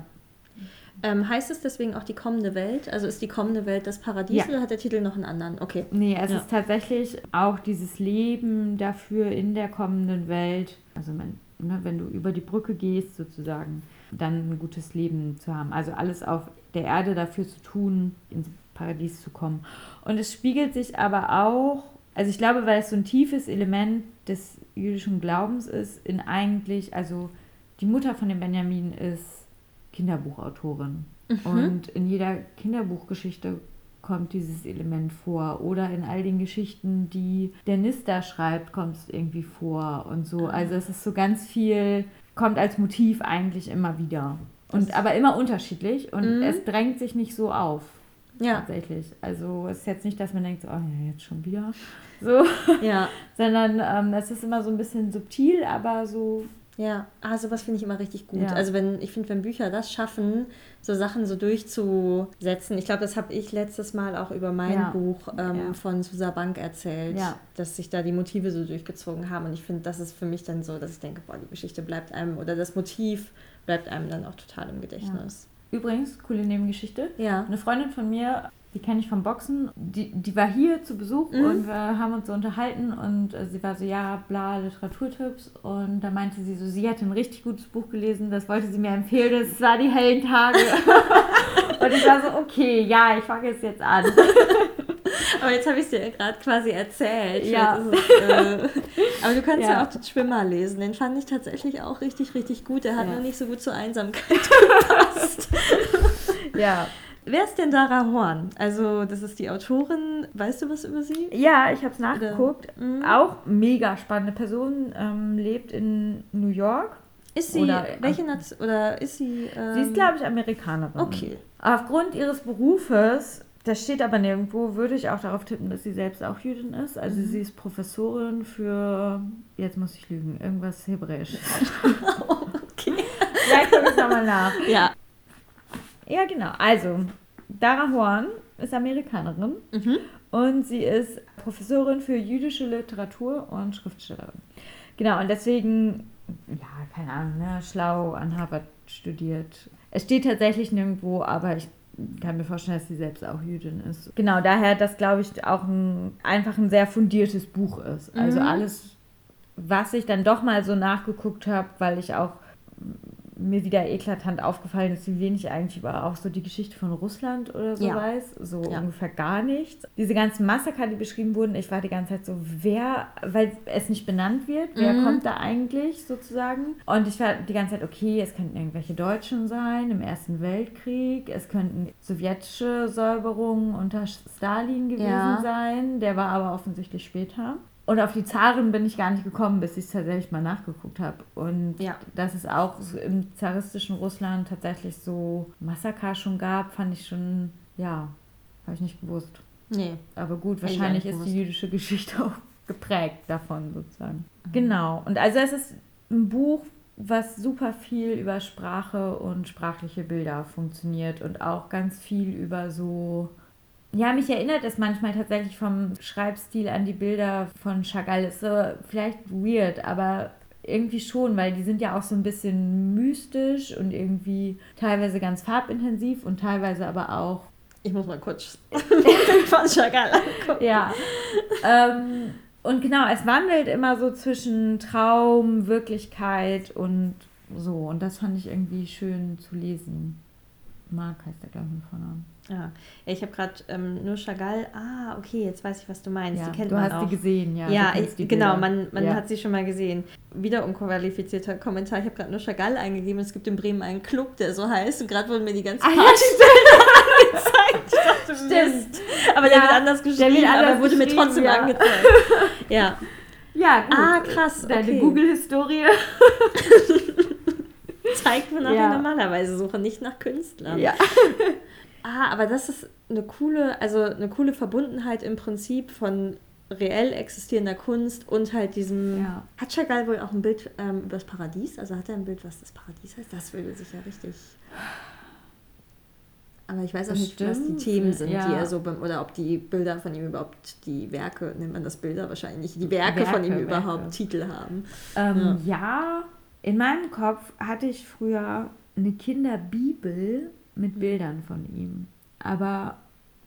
Ähm, heißt es deswegen auch die kommende Welt? Also ist die kommende Welt das Paradies Ja. oder hat der Titel noch einen anderen? Okay. Nee, es Ja. ist tatsächlich auch dieses Leben dafür in der kommenden Welt, also man, ne, wenn du über die Brücke gehst sozusagen, dann ein gutes Leben zu haben. Also alles auf der Erde dafür zu tun, ins Paradies zu kommen. Und es spiegelt sich aber auch, also ich glaube, weil es so ein tiefes Element des jüdischen Glaubens ist, in eigentlich, also die Mutter von dem Benjamin ist Kinderbuchautorin. Und in jeder Kinderbuchgeschichte kommt dieses Element vor. Oder in all den Geschichten, die der Nista schreibt, kommt es irgendwie vor und so. Also es ist so ganz viel, kommt als Motiv eigentlich immer wieder. Und aber immer unterschiedlich und Mhm. es drängt sich nicht so auf. Ja. Tatsächlich. Also es ist jetzt nicht, dass man denkt, so, oh ja, jetzt schon wieder. So. Ja. Sondern ähm, es ist immer so ein bisschen subtil, aber so. Ja, ah, sowas finde ich immer richtig gut. Ja. Also wenn, ich finde, wenn Bücher das schaffen, so Sachen so durchzusetzen, ich glaube, das habe ich letztes Mal auch über mein Ja. Buch ähm, Ja. von Susa Bank erzählt, Ja. dass sich da die Motive so durchgezogen haben und ich finde, das ist für mich dann so, dass ich denke, boah, die Geschichte bleibt einem oder das Motiv bleibt einem dann auch total im Gedächtnis. Übrigens, coole Nebengeschichte. Ja. Eine Freundin von mir, die kenne ich vom Boxen, die, die war hier zu Besuch Mhm. und wir haben uns so unterhalten und äh, sie war so, ja, bla, Literaturtipps und da meinte sie so, sie hatte ein richtig gutes Buch gelesen, das wollte sie mir empfehlen, das war Die hellen Tage. Und ich war so, okay, ja, ich fange es jetzt an. Aber jetzt habe ich es dir ja gerade quasi erzählt. Ja. Vielleicht ist es, äh, aber du kannst ja. Ja. auch den Schwimmer lesen. Den fand ich tatsächlich auch richtig, richtig gut. Der hat Ja. nur nicht so gut zur Einsamkeit gepasst. Ja. Wer ist denn Dara Horn? Also, das ist die Autorin. Weißt du was über sie? Ja, ich habe es nachgeguckt. Mhm. Auch mega spannende Person, ähm, lebt in New York. Ist sie, Oder- welche Nation, oder ist sie... Ähm, Sie ist, glaube ich, Amerikanerin. Okay. Aufgrund ihres Berufes, das steht aber nirgendwo, würde ich auch darauf tippen, dass sie selbst auch Jüdin ist. Also sie ist Professorin für, jetzt muss ich lügen, irgendwas Hebräisch. Okay. Ja, guck ich nochmal nach. Ja. Ja, genau. Also, Dara Horn ist Amerikanerin Mhm. und sie ist Professorin für jüdische Literatur und Schriftstellerin. Genau, und deswegen, ja, keine Ahnung, ne, schlau an Harvard studiert. Es steht tatsächlich nirgendwo, aber ich kann mir vorstellen, dass sie selbst auch Jüdin ist. Genau, daher, dass, glaube ich, auch ein, einfach ein sehr fundiertes Buch ist. Also Mhm. alles, was ich dann doch mal so nachgeguckt habe, weil ich auch mir wieder eklatant aufgefallen ist, wie wenig eigentlich über auch so die Geschichte von Russland oder so Ja. weiß. So Ja. ungefähr gar nichts. Diese ganzen Massaker, die beschrieben wurden, ich war die ganze Zeit so, wer, weil es nicht benannt wird, wer Mhm. kommt da eigentlich sozusagen? Und ich war die ganze Zeit, okay, es könnten irgendwelche Deutschen sein im Ersten Weltkrieg, es könnten sowjetische Säuberungen unter Stalin gewesen Ja. sein, der war aber offensichtlich später. Und auf die Zaren bin ich gar nicht gekommen, bis ich es tatsächlich mal nachgeguckt habe. Und Ja. dass es auch so im zaristischen Russland tatsächlich so Massaker schon gab, fand ich schon, ja, habe ich nicht gewusst. Nee. Aber gut, Hätte ich wahrscheinlich auch nicht ist gewusst. die jüdische Geschichte auch geprägt davon sozusagen. Genau. Und also es ist ein Buch, was super viel über Sprache und sprachliche Bilder funktioniert und auch ganz viel über so... Ja, mich erinnert es manchmal tatsächlich vom Schreibstil an die Bilder von Chagall. Ist so vielleicht weird, aber irgendwie schon, weil die sind ja auch so ein bisschen mystisch und irgendwie teilweise ganz farbintensiv und teilweise aber auch... Ich muss mal kurz von Chagall angucken. Ja. ähm, und genau, es wandelt immer so zwischen Traum, Wirklichkeit und so. Und das fand ich irgendwie schön zu lesen. Marc heißt der, glaube ich, mit Vornamen. Ja, ja ich habe gerade ähm, nur Chagall. Ah, okay, jetzt weiß ich, was du meinst. Ja, die kennt du man hast auch. die gesehen, ja. Ja, du kennst ich, die genau, Bilder. man, man ja. hat sie schon mal gesehen. Wieder unqualifizierter Kommentar. Ich habe gerade nur Chagall eingegeben. Es gibt in Bremen einen Club, der so heißt. Und gerade wurden mir die ganzen Ah, ja, Partybilder angezeigt. Ich dachte, Stimmt. Mist. Aber der Ja, wird anders der geschrieben, wird anders aber wurde mir geschrieben, trotzdem ja. angezeigt. Ja. Ja, gut. Ah, krass, Deine okay. Google-Historie. Zeigt, wonach Ja. ich normalerweise suche, nicht nach Künstlern. Ja. Ah, aber das ist eine coole, also eine coole Verbundenheit im Prinzip von reell existierender Kunst und halt diesem... Ja. Hat Chagall wohl auch ein Bild ähm, über das Paradies? Also hat er ein Bild, was das Paradies heißt? Das würde sich ja richtig... Aber ich weiß auch nicht, was die Bestimmt, Themen sind, ja. die er so... beim- Oder ob die Bilder von ihm überhaupt, die Werke, nennt man das Bilder wahrscheinlich, die Werke, Werke, von ihm Werke. überhaupt Titel haben. Ähm, ja, in meinem Kopf hatte ich früher eine Kinderbibel mit Bildern von ihm. Aber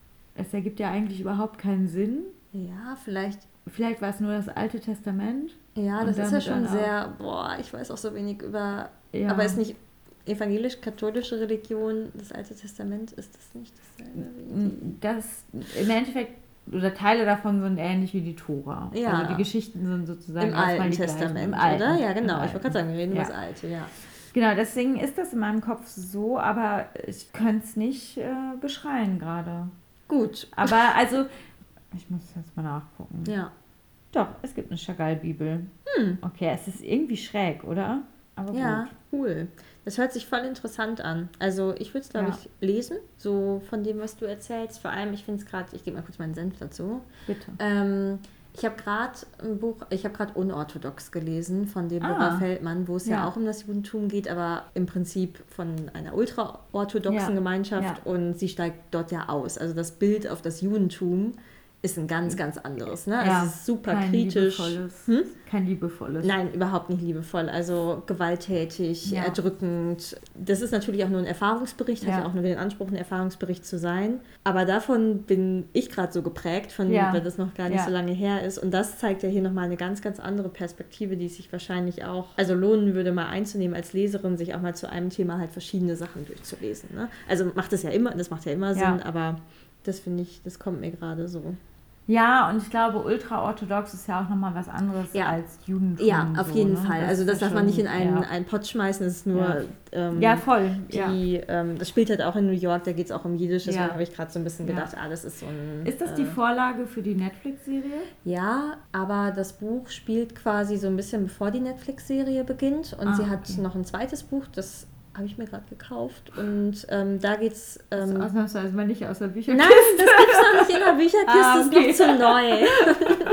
es ergibt ja eigentlich überhaupt keinen Sinn. Ja, vielleicht... Vielleicht war es nur das Alte Testament. Ja, Und das ist ja damit schon dann auch- sehr... Boah, ich weiß auch so wenig über... Ja. Aber ist nicht evangelisch-katholische Religion, das Alte Testament, ist das nicht dasselbe wie die? Das im Endeffekt, oder Teile davon sind ähnlich wie die Tora. Ja. Also die Geschichten sind sozusagen Im erstmal Alten die gleichen. Testament, Im Alten, oder? Ja, im genau. Ich Alten. wollte gerade sagen, wir reden Ja. über das Alte, ja. Genau, deswegen ist das in meinem Kopf so, aber ich könnte es nicht äh, beschreien gerade. Gut. Aber also, ich muss jetzt mal nachgucken. Ja. Doch, es gibt eine Chagall-Bibel. Hm. Okay, es ist irgendwie schräg, oder? Aber Ja, gut. cool. Das hört sich voll interessant an. Also ich würde es, glaube Ja. ich, lesen, so von dem, was du erzählst. Vor allem, ich finde es gerade, ich gebe mal kurz meinen Senf dazu. Bitte. Ähm, ich habe gerade ein Buch, ich habe gerade Unorthodox gelesen von Deborah Ah. Feldmann, wo es ja. Ja. auch um das Judentum geht, aber im Prinzip von einer ultraorthodoxen Ja. Gemeinschaft Ja. und sie steigt dort ja aus. Also das Bild auf das Judentum ist ein ganz, ganz anderes. Ne? Ja, Es ist super kein kritisch. Liebevolles. Hm? Kein liebevolles. Nein, überhaupt nicht liebevoll. Also gewalttätig, Ja. erdrückend. Das ist natürlich auch nur ein Erfahrungsbericht, hat Ja. ja auch nur den Anspruch, ein Erfahrungsbericht zu sein. Aber davon bin ich gerade so geprägt, von Ja. weil das noch gar nicht Ja. so lange her ist. Und das zeigt ja hier nochmal eine ganz, ganz andere Perspektive, die sich wahrscheinlich auch, also lohnen würde, mal einzunehmen als Leserin, sich auch mal zu einem Thema halt verschiedene Sachen durchzulesen. Ne? Also macht das ja immer, das macht ja immer Ja. Sinn, aber das finde ich, das kommt mir gerade so. Ja, und ich glaube, ultraorthodox ist ja auch nochmal was anderes Ja. als Judentum. Ja, auf so, jeden ne? Fall. Also das ist darf ja man nicht in schon- einen, ja. einen Pott schmeißen, das ist nur... Ja. Ähm, Ja, voll. Ja. Die, ähm, das spielt halt auch in New York, da geht es auch um Jiddisch, deswegen Ja. habe ich gerade so ein bisschen Ja. gedacht, ah, das ist so ein... Ist das die äh, Vorlage für die Netflix-Serie? Ja, aber das Buch spielt quasi so ein bisschen bevor die Netflix-Serie beginnt und Ah, sie hat okay. noch ein zweites Buch, das habe ich mir gerade gekauft und ähm, da geht's... Also Ähm, ausnahmsweise mal nicht aus der Bücher. nein, das gibt's noch nicht in der Bücherkiste, Ah, okay. ist noch zu neu.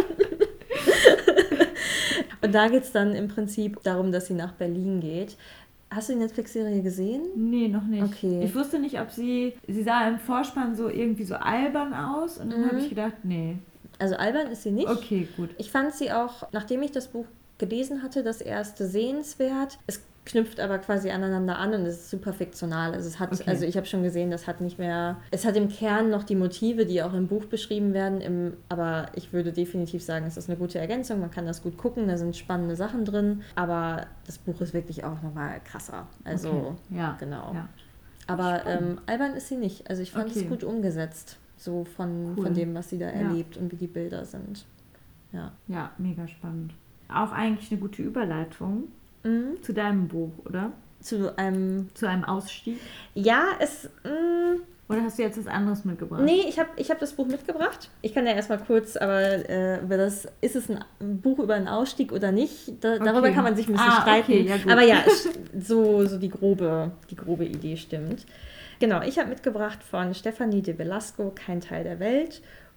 Und da geht es dann im Prinzip darum, dass sie nach Berlin geht. Hast du die Netflix-Serie gesehen? Nee, noch nicht. Okay. Ich wusste nicht, ob sie... Sie sah im Vorspann so irgendwie so albern aus und dann Mhm. habe ich gedacht, nee. Also albern ist sie nicht. Okay, gut. Ich fand sie auch, nachdem ich das Buch gelesen hatte, das erste sehenswert. Es knüpft aber quasi aneinander an und es ist super fiktional. Also es hat, Okay. also ich habe schon gesehen, das hat nicht mehr, es hat im Kern noch die Motive, die auch im Buch beschrieben werden, im, aber ich würde definitiv sagen, es ist eine gute Ergänzung, man kann das gut gucken, da sind spannende Sachen drin, aber das Buch ist wirklich auch nochmal krasser. Also, Okay. Ja. genau. Ja. Aber Spannend. ähm, albern ist sie nicht. Also ich fand Okay. es gut umgesetzt, so von, Cool. von dem, was sie da Ja. erlebt und wie die Bilder sind. Ja. Ja, mega spannend. Auch eigentlich eine gute Überleitung Mhm. zu deinem Buch, oder? Zu einem, Zu einem Ausstieg. ja, es, mh, Oder hast du jetzt was anderes mitgebracht? nee, ich habe ich hab das Buch mitgebracht. Ich kann ja erstmal kurz, aber äh, über das, ist es ein Buch über einen Ausstieg oder nicht, da, darüber Okay. kann man sich ein bisschen Ah, streiten. okay, ja, gut. Aber ja, es- so, so die, grobe, die grobe Idee stimmt. Genau, ich habe mitgebracht von Stefanie de Velasco, Kein Teil der Welt.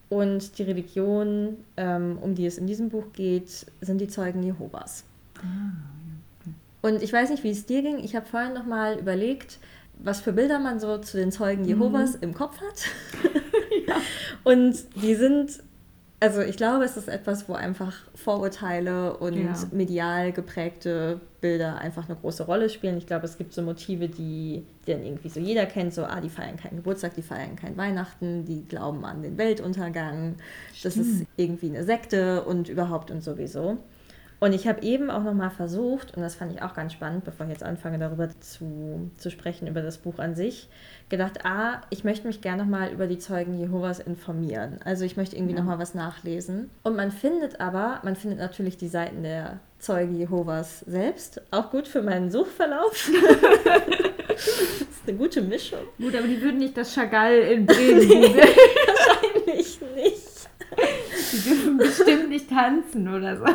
Und die Religion, ähm, um die es in diesem Buch geht, sind die Zeugen Jehovas. Ah, ja. Und ich weiß nicht, wie es dir ging. Ich habe vorhin noch mal überlegt, was für Bilder man so zu den Zeugen Jehovas mhm. im Kopf hat. Ja. Und die sind, also ich glaube, es ist etwas, wo einfach Vorurteile und ja. medial geprägte Bilder einfach eine große Rolle spielen. Ich glaube, es gibt so Motive, die, die dann irgendwie so jeder kennt, so, ah, die feiern keinen Geburtstag, die feiern kein Weihnachten, die glauben an den Weltuntergang, Stimmt. das ist irgendwie eine Sekte und überhaupt und sowieso. Und ich habe eben auch nochmal versucht, und das fand ich auch ganz spannend, bevor ich jetzt anfange, darüber zu, zu sprechen, über das Buch an sich, gedacht, ah, ich möchte mich gerne nochmal über die Zeugen Jehovas informieren. Also ich möchte irgendwie ja. nochmal was nachlesen. Und man findet aber, man findet natürlich die Seiten der Zeugen Jehovas selbst, auch gut für meinen Suchverlauf. Das ist eine gute Mischung. Gut, aber die würden nicht das Chagall in Bremen googeln. Wahrscheinlich nicht. Die dürfen bestimmt nicht tanzen oder so.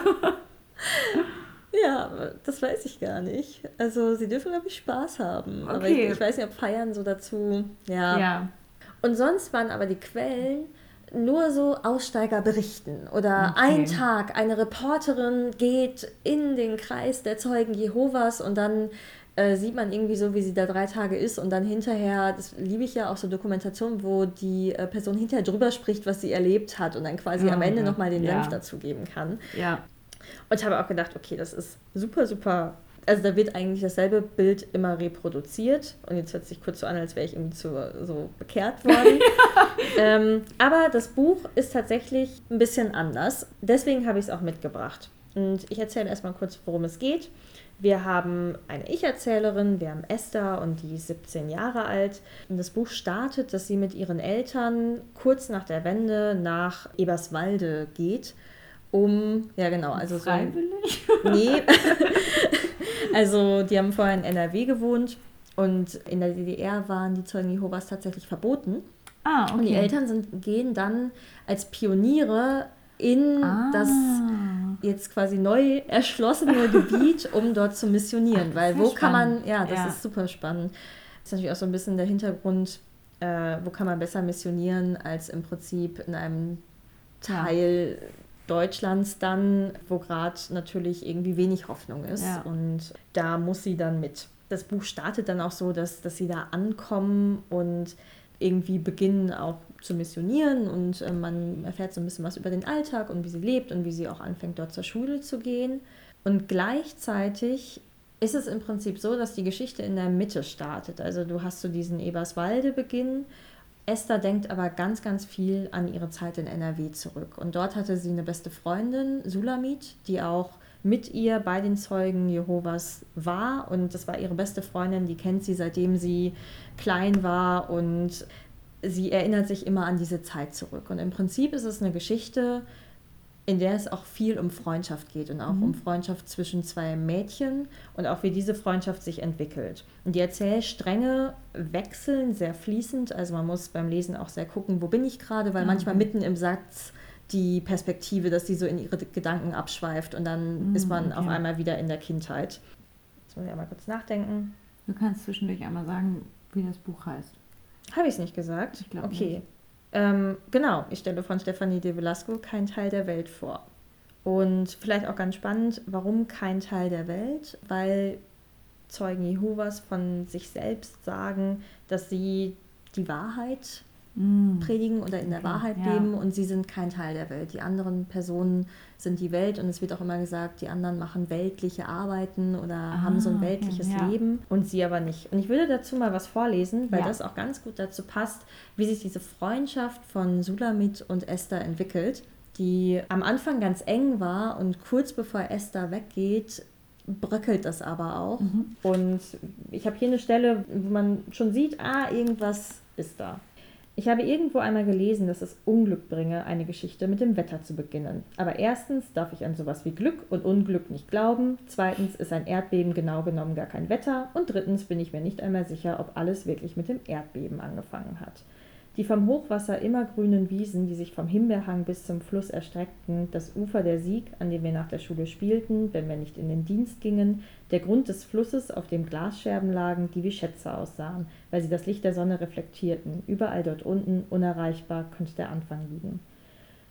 Ja, das weiß ich gar nicht. Also sie dürfen, glaube ich, Spaß haben. Okay. Aber ich, ich weiß nicht, ob Feiern so dazu... Ja. ja. Und sonst waren aber die Quellen nur so Aussteiger berichten. Oder okay. ein Tag, eine Reporterin geht in den Kreis der Zeugen Jehovas und dann äh, sieht man irgendwie so, wie sie da drei Tage ist und dann hinterher, das liebe ich ja auch so Dokumentationen, wo die äh, Person hinterher drüber spricht, was sie erlebt hat und dann quasi oh, am Ende ja. nochmal den Senf ja. dazugeben kann. Ja. Und ich habe auch gedacht, okay, das ist super, super, also da wird eigentlich dasselbe Bild immer reproduziert. Und jetzt hört es sich kurz so an, als wäre ich irgendwie zu, so bekehrt worden. ähm, aber das Buch ist tatsächlich ein bisschen anders. Deswegen habe ich es auch mitgebracht. Und ich erzähle erstmal kurz, worum es geht. Wir haben eine Ich-Erzählerin, wir haben Esther und die ist siebzehn Jahre alt. Und das Buch startet, dass sie mit ihren Eltern kurz nach der Wende nach Eberswalde geht. Um, ja genau, also Freiwillig? So, nee, also die haben vorher in N R W gewohnt und in der D D R waren die Zeugen Jehovas tatsächlich verboten. Ah, okay. Und die Eltern sind, gehen dann als Pioniere in ah. das jetzt quasi neu erschlossene Gebiet, um dort zu missionieren. Ach, weil wo kann spannend. man, ja, das ja. ist super spannend. Das ist natürlich auch so ein bisschen der Hintergrund, äh, wo kann man besser missionieren als im Prinzip in einem Teil... Ja. Deutschlands dann, wo gerade natürlich irgendwie wenig Hoffnung ist. Ja. Und da muss sie dann mit. Das Buch startet dann auch so, dass, dass sie da ankommen und irgendwie beginnen auch zu missionieren und äh, man erfährt so ein bisschen was über den Alltag und wie sie lebt und wie sie auch anfängt, dort zur Schule zu gehen. Und gleichzeitig ist es im Prinzip so, dass die Geschichte in der Mitte startet. Also du hast so diesen Eberswalde-Beginn. Esther denkt aber ganz, ganz viel an ihre Zeit in N R W zurück. Und dort hatte sie eine beste Freundin, Sulamit, die auch mit ihr bei den Zeugen Jehovas war. Und das war ihre beste Freundin, die kennt sie, seitdem sie klein war. Und sie erinnert sich immer an diese Zeit zurück. Und im Prinzip ist es eine Geschichte, in der es auch viel um Freundschaft geht und auch mhm. um Freundschaft zwischen zwei Mädchen und auch wie diese Freundschaft sich entwickelt. Und die Erzählstränge wechseln sehr fließend, also man muss beim Lesen auch sehr gucken, wo bin ich gerade, weil mhm. manchmal mitten im Satz die Perspektive, dass die so in ihre Gedanken abschweift und dann mhm, ist man okay. auf einmal wieder in der Kindheit. Jetzt muss ich einmal kurz nachdenken. Du kannst zwischendurch einmal sagen, wie das Buch heißt. Habe ich es nicht gesagt? Ich glaube okay. nicht. Ähm, genau, ich stelle von Stephanie de Velasco Kein Teil der Welt vor. Und vielleicht auch ganz spannend, warum kein Teil der Welt? Weil Zeugen Jehovas von sich selbst sagen, dass sie die Wahrheit mm. predigen oder in der okay, Wahrheit ja. leben und sie sind kein Teil der Welt. Die anderen Personen sind die Welt und es wird auch immer gesagt, die anderen machen weltliche Arbeiten oder ah, haben so ein weltliches okay, ja. Leben und sie aber nicht. Und ich würde dazu mal was vorlesen, weil ja. das auch ganz gut dazu passt, wie sich diese Freundschaft von Sulamit und Esther entwickelt, die am Anfang ganz eng war und kurz bevor Esther weggeht, bröckelt das aber auch. Mhm. Und ich habe hier eine Stelle, wo man schon sieht, ah, irgendwas ist da. Ich habe irgendwo einmal gelesen, dass es Unglück bringe, eine Geschichte mit dem Wetter zu beginnen. Aber erstens darf ich an sowas wie Glück und Unglück nicht glauben. Zweitens ist ein Erdbeben genau genommen gar kein Wetter. Und drittens bin ich mir nicht einmal sicher, ob alles wirklich mit dem Erdbeben angefangen hat. Die vom Hochwasser immergrünen Wiesen, die sich vom Himbeerhang bis zum Fluss erstreckten, das Ufer der Sieg, an dem wir nach der Schule spielten, wenn wir nicht in den Dienst gingen, der Grund des Flusses, auf dem Glasscherben lagen, die wie Schätze aussahen, weil sie das Licht der Sonne reflektierten. Überall dort unten, unerreichbar, könnte der Anfang liegen.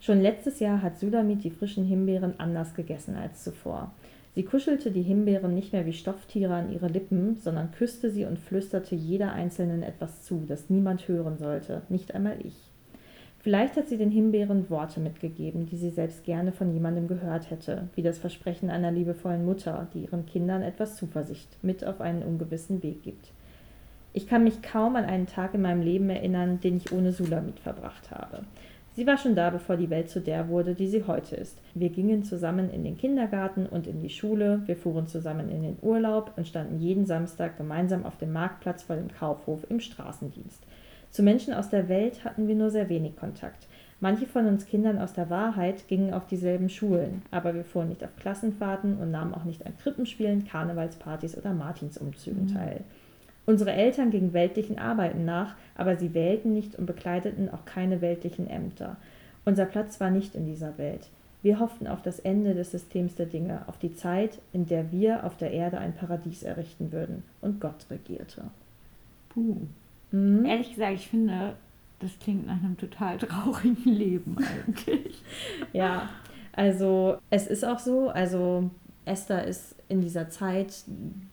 Schon letztes Jahr hat Sulamit die frischen Himbeeren anders gegessen als zuvor. Sie kuschelte die Himbeeren nicht mehr wie Stofftiere an ihre Lippen, sondern küsste sie und flüsterte jeder Einzelnen etwas zu, das niemand hören sollte, nicht einmal ich. Vielleicht hat sie den Himbeeren Worte mitgegeben, die sie selbst gerne von jemandem gehört hätte, wie das Versprechen einer liebevollen Mutter, die ihren Kindern etwas Zuversicht mit auf einen ungewissen Weg gibt. Ich kann mich kaum an einen Tag in meinem Leben erinnern, den ich ohne Sulamit verbracht habe. Sie war schon da, bevor die Welt zu der wurde, die sie heute ist. Wir gingen zusammen in den Kindergarten und in die Schule, wir fuhren zusammen in den Urlaub und standen jeden Samstag gemeinsam auf dem Marktplatz vor dem Kaufhof im Straßendienst. Zu Menschen aus der Welt hatten wir nur sehr wenig Kontakt. Manche von uns Kindern aus der Wahrheit gingen auf dieselben Schulen, aber wir fuhren nicht auf Klassenfahrten und nahmen auch nicht an Krippenspielen, Karnevalspartys oder Martinsumzügen Mhm. teil. Unsere Eltern gingen weltlichen Arbeiten nach, aber sie wählten nicht und bekleideten auch keine weltlichen Ämter. Unser Platz war nicht in dieser Welt. Wir hofften auf das Ende des Systems der Dinge, auf die Zeit, in der wir auf der Erde ein Paradies errichten würden und Gott regierte. Puh. Mhm. Ehrlich gesagt, ich finde, das klingt nach einem total traurigen Leben eigentlich. Ja, also es ist auch so, also Esther ist in dieser Zeit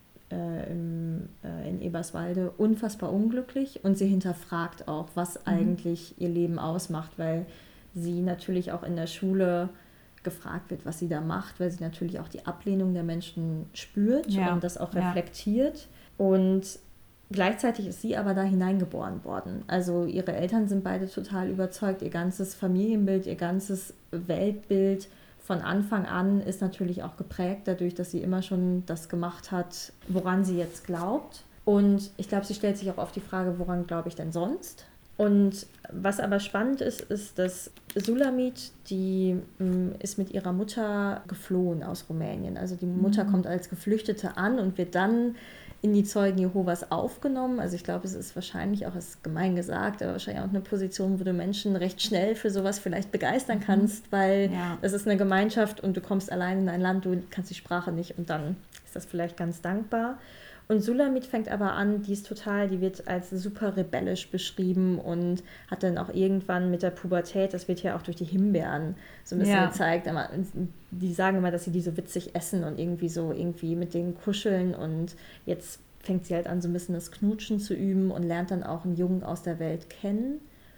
äh, im, äh, in Eberswalde unfassbar unglücklich und sie hinterfragt auch, was mhm. eigentlich ihr Leben ausmacht, weil sie natürlich auch in der Schule gefragt wird, was sie da macht, weil sie natürlich auch die Ablehnung der Menschen spürt Ja. und das auch Ja. reflektiert. Und gleichzeitig ist sie aber da hineingeboren worden. Also ihre Eltern sind beide total überzeugt. Ihr ganzes Familienbild, ihr ganzes Weltbild von Anfang an ist natürlich auch geprägt dadurch, dass sie immer schon das gemacht hat, woran sie jetzt glaubt. Und ich glaube, sie stellt sich auch oft die Frage, woran glaube ich denn sonst? Und was aber spannend ist, ist, dass Sulamit, die mh, ist mit ihrer Mutter geflohen aus Rumänien. Also die Mutter Mhm. kommt als Geflüchtete an und wird dann in die Zeugen Jehovas aufgenommen. Also ich glaube, es ist wahrscheinlich auch, es ist gemein gesagt, aber wahrscheinlich auch eine Position, wo du Menschen recht schnell für sowas vielleicht begeistern kannst, weil Ja. es ist eine Gemeinschaft und du kommst allein in ein Land, du kannst die Sprache nicht und dann ist das vielleicht ganz dankbar. Und Sulamit fängt aber an, die ist total, die wird als super rebellisch beschrieben und hat dann auch irgendwann mit der Pubertät, das wird ja auch durch die Himbeeren so ein bisschen Ja. gezeigt, aber die sagen immer, dass sie die so witzig essen und irgendwie so irgendwie mit denen kuscheln und jetzt fängt sie halt an, so ein bisschen das Knutschen zu üben und lernt dann auch einen Jungen aus der Welt kennen.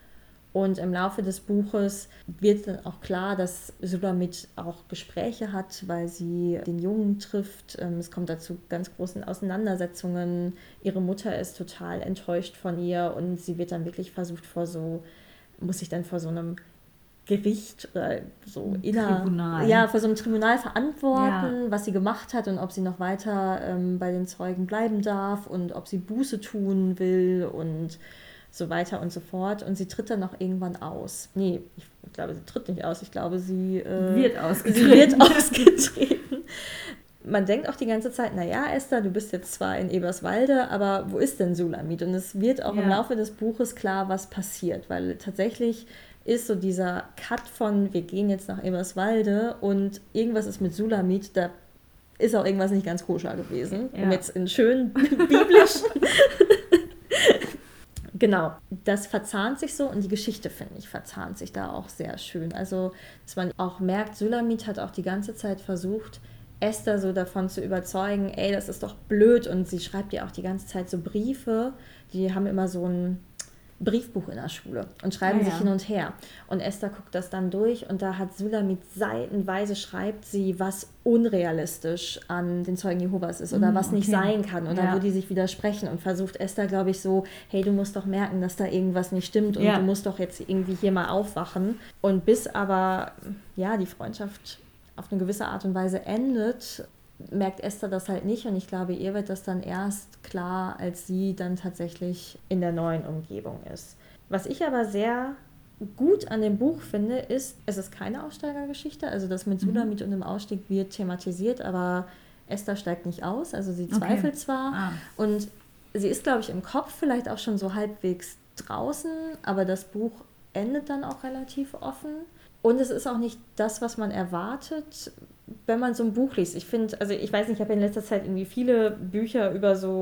Und im Laufe des Buches wird dann auch klar, dass Sulamit auch Gespräche hat, weil sie den Jungen trifft. Ähm, Es kommt dazu ganz großen Auseinandersetzungen. Ihre Mutter ist total enttäuscht von ihr und sie wird dann wirklich versucht vor so, muss sich dann vor so einem Gericht oder so inner, Tribunal. ja, vor so einem Tribunal verantworten, Ja. was sie gemacht hat und ob sie noch weiter ähm, bei den Zeugen bleiben darf und ob sie Buße tun will und so weiter und so fort. Und sie tritt dann auch irgendwann aus. Nee, ich glaube, sie tritt nicht aus. Ich glaube, sie äh, Wird Sie ausgetreten. wird ausgetreten. Man denkt auch die ganze Zeit, naja, Esther, du bist jetzt zwar in Eberswalde, aber wo ist denn Sulamit? Und es wird auch Ja. im Laufe des Buches klar, was passiert, weil tatsächlich ist so dieser Cut von, wir gehen jetzt nach Eberswalde und irgendwas ist mit Sulamit, da ist auch irgendwas nicht ganz koscher gewesen, um Ja. jetzt in schön biblisch. Genau, das verzahnt sich so und die Geschichte, finde ich, verzahnt sich da auch sehr schön. Also, dass man auch merkt, Sulamit hat auch die ganze Zeit versucht, Esther so davon zu überzeugen, ey, das ist doch blöd. Und sie schreibt ihr auch die ganze Zeit so Briefe, die haben immer so ein Briefbuch in der Schule und schreiben Ah, sich ja. hin und her. Und Esther guckt das dann durch und da hat Sulamit seitenweise schreibt sie, was unrealistisch an den Zeugen Jehovas ist oder Mm, was nicht okay. sein kann oder Ja. wo die sich widersprechen und versucht Esther, glaube ich, so, hey, du musst doch merken, dass da irgendwas nicht stimmt und Ja. du musst doch jetzt irgendwie hier mal aufwachen. Und bis aber, ja, die Freundschaft auf eine gewisse Art und Weise endet, merkt Esther das halt nicht und ich glaube, ihr wird das dann erst klar, als sie dann tatsächlich in der neuen Umgebung ist. Was ich aber sehr gut an dem Buch finde, ist, es ist keine Aussteigergeschichte, also das mit Sulamit und dem Ausstieg wird thematisiert, aber Esther steigt nicht aus, also sie Okay. zweifelt zwar Ah. und sie ist, glaube ich, im Kopf vielleicht auch schon so halbwegs draußen, aber das Buch endet dann auch relativ offen. Und es ist auch nicht das, was man erwartet, wenn man so ein Buch liest. Ich finde, also ich weiß nicht, ich habe in letzter Zeit irgendwie viele Bücher über so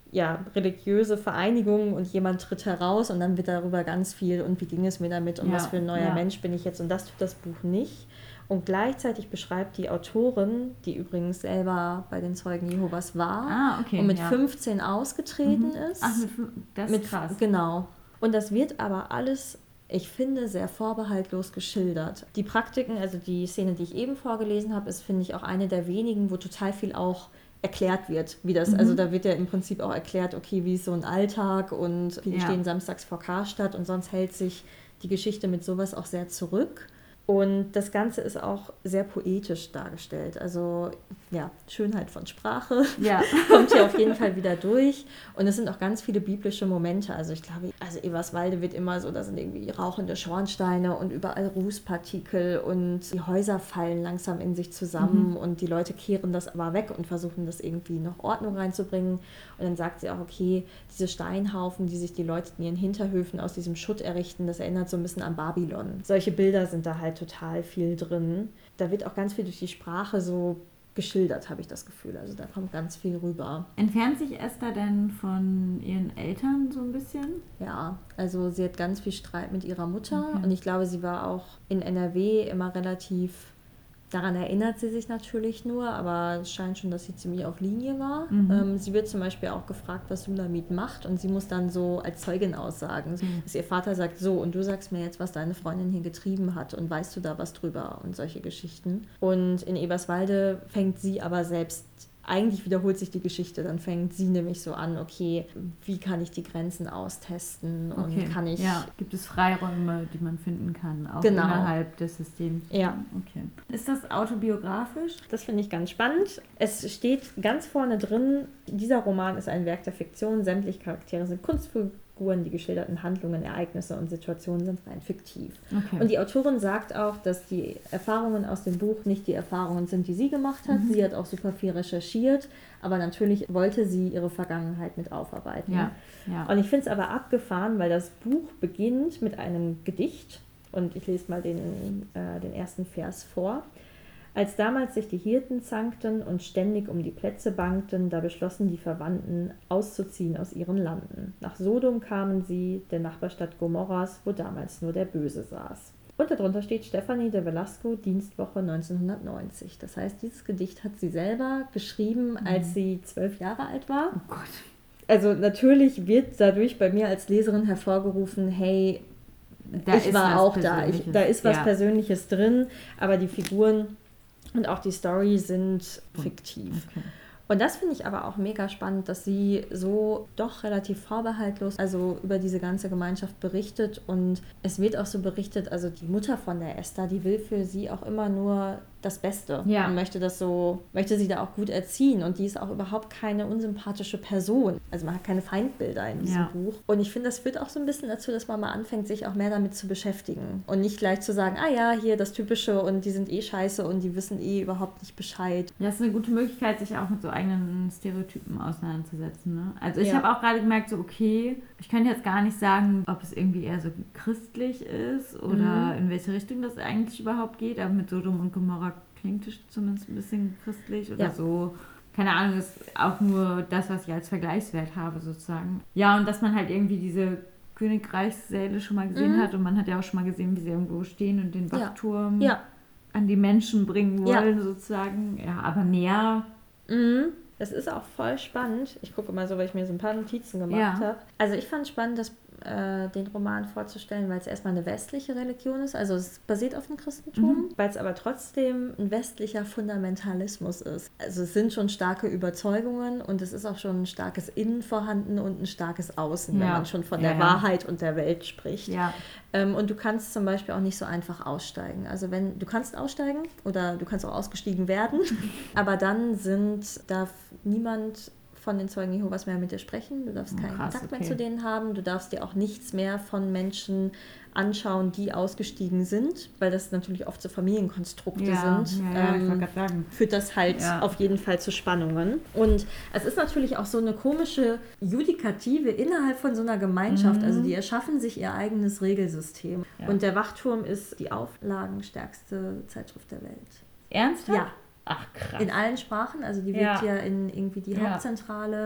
ja, religiöse Vereinigung und jemand tritt heraus und dann wird darüber ganz viel und wie ging es mir damit und Ja, was für ein neuer ja. Mensch bin ich jetzt, und das tut das Buch nicht. Und gleichzeitig beschreibt die Autorin, die übrigens selber bei den Zeugen Jehovas war Ah, okay. und mit ja. fünfzehn ausgetreten Mhm. ist. Ach, mit, fün- das ist mit, krass. Genau. Und das wird aber alles, ich finde, sehr vorbehaltlos geschildert. Die Praktiken, also die Szene, die ich eben vorgelesen habe, ist, finde ich, auch eine der wenigen, wo total viel auch erklärt wird, wie das, Mhm. also da wird ja im Prinzip auch erklärt, okay, wie ist so ein Alltag und viele Ja. stehen samstags vor Karstadt und sonst hält sich die Geschichte mit sowas auch sehr zurück. Und das Ganze ist auch sehr poetisch dargestellt. Also ja, Schönheit von Sprache Ja. kommt hier auf jeden Fall wieder durch. Und es sind auch ganz viele biblische Momente. Also ich glaube, also Eberswalde wird immer so, da sind irgendwie rauchende Schornsteine und überall Rußpartikel und die Häuser fallen langsam in sich zusammen Mhm. und die Leute kehren das aber weg und versuchen das irgendwie noch Ordnung reinzubringen. Und dann sagt sie auch, okay, diese Steinhaufen, die sich die Leute in ihren Hinterhöfen aus diesem Schutt errichten, das erinnert so ein bisschen an Babylon. Solche Bilder sind da halt total viel drin. Da wird auch ganz viel durch die Sprache so geschildert, habe ich das Gefühl. Also da kommt ganz viel rüber. Entfernt sich Esther denn von ihren Eltern so ein bisschen? Ja, also sie hat ganz viel Streit mit ihrer Mutter Okay. und ich glaube, sie war auch in N R W immer relativ, daran erinnert sie sich natürlich nur, aber es scheint schon, dass sie ziemlich auf Linie war. Mhm. Ähm, sie wird zum Beispiel auch gefragt, was Sulamit macht und sie muss dann so als Zeugin aussagen, Mhm. dass ihr Vater sagt, so, und du sagst mir jetzt, was deine Freundin hier getrieben hat und weißt du da was drüber und solche Geschichten. Und in Eberswalde fängt sie aber selbst, eigentlich wiederholt sich die Geschichte, dann fängt sie nämlich so an, okay, wie kann ich die Grenzen austesten und Okay. kann ich... Ja, gibt es Freiräume, die man finden kann, auch Genau. innerhalb des Systems? Ja. Okay. Ist das autobiografisch? Das finde ich ganz spannend. Es steht ganz vorne drin, dieser Roman ist ein Werk der Fiktion, sämtliche Charaktere sind Kunstfiguren, die geschilderten Handlungen, Ereignisse und Situationen sind rein fiktiv. Okay. Und die Autorin sagt auch, dass die Erfahrungen aus dem Buch nicht die Erfahrungen sind, die sie gemacht hat. Mhm. Sie hat auch super viel recherchiert, aber natürlich wollte sie ihre Vergangenheit mit aufarbeiten. ja, ja. Und ich finde es aber abgefahren, weil das Buch beginnt mit einem Gedicht. Und ich lese mal den, äh, den ersten Vers vor. Als damals sich die Hirten zankten und ständig um die Plätze bangten, da beschlossen die Verwandten, auszuziehen aus ihren Landen. Nach Sodom kamen sie, der Nachbarstadt Gomorras, wo damals nur der Böse saß. Und darunter steht Stephanie de Velasco, Dienstwoche neunzehnhundertneunzig. Das heißt, dieses Gedicht hat sie selber geschrieben, als sie zwölf Jahre alt war. Oh Gott. Also natürlich wird dadurch bei mir als Leserin hervorgerufen, hey, Da ich ist war was auch da. Ich, Persönliches. da ist was Ja. Persönliches drin, aber die Figuren und auch die Story sind fiktiv. Okay. Und das finde ich aber auch mega spannend, dass sie so doch relativ vorbehaltlos also über diese ganze Gemeinschaft berichtet. Und es wird auch so berichtet, also die Mutter von der Esther, die will für sie auch immer nur das Beste Ja. und möchte das so, möchte sie da auch gut erziehen. Und die ist auch überhaupt keine unsympathische Person. Also man hat keine Feindbilder in diesem Ja. Buch. Und ich finde, das führt auch so ein bisschen dazu, dass man mal anfängt, sich auch mehr damit zu beschäftigen. Und nicht gleich zu sagen, ah ja, hier das Typische und die sind eh scheiße und die wissen eh überhaupt nicht Bescheid. Ja, das ist eine gute Möglichkeit, sich auch mit so eigenen Stereotypen auseinanderzusetzen. Ne? Also ich Ja. habe auch gerade gemerkt, so okay, ich könnte jetzt gar nicht sagen, ob es irgendwie eher so christlich ist oder Mhm. in welche Richtung das eigentlich überhaupt geht, aber mit Sodom und Gomorra klingt es zumindest ein bisschen christlich oder Ja. so. Keine Ahnung, das ist auch nur das, was ich als Vergleichswert habe sozusagen. Ja, und dass man halt irgendwie diese Königreichssäle schon mal gesehen Mhm. hat und man hat ja auch schon mal gesehen, wie sie irgendwo stehen und den Ja. Wachturm Ja. an die Menschen bringen Ja. wollen sozusagen. Ja, aber näher. Mhm. Das ist auch voll spannend. Ich gucke mal so, weil ich mir so ein paar Notizen gemacht Ja. habe. Also ich fand es spannend, das, äh, den Roman vorzustellen, weil es erstmal eine westliche Religion ist. Also es basiert auf dem Christentum, Mhm. weil es aber trotzdem ein westlicher Fundamentalismus ist. Also es sind schon starke Überzeugungen und es ist auch schon ein starkes Innen vorhanden und ein starkes Außen, wenn Ja. man schon von Ja, der ja. Wahrheit und der Welt spricht. Ja. Ähm, und du kannst zum Beispiel auch nicht so einfach aussteigen. Also wenn du kannst aussteigen oder du kannst auch ausgestiegen werden, aber dann sind, darf niemand von den Zeugen Jehovas mehr mit dir sprechen. Du darfst Oh, keinen krass, Kontakt okay. mehr zu denen haben. Du darfst dir auch nichts mehr von Menschen anschauen, die ausgestiegen sind, weil das natürlich oft so Familienkonstrukte Ja, sind. ja, ja, ich Ähm, wollte gerade sagen. führt das halt Ja. auf jeden Fall zu Spannungen. Und es ist natürlich auch so eine komische Judikative innerhalb von so einer Gemeinschaft. Mhm. Also die erschaffen sich ihr eigenes Regelsystem. Ja. Und der Wachturm ist die auflagenstärkste Zeitschrift der Welt. Ernsthaft? Ja, Ach, krass. in allen Sprachen. Also die wird Ja. ja in irgendwie die Ja. Hauptzentrale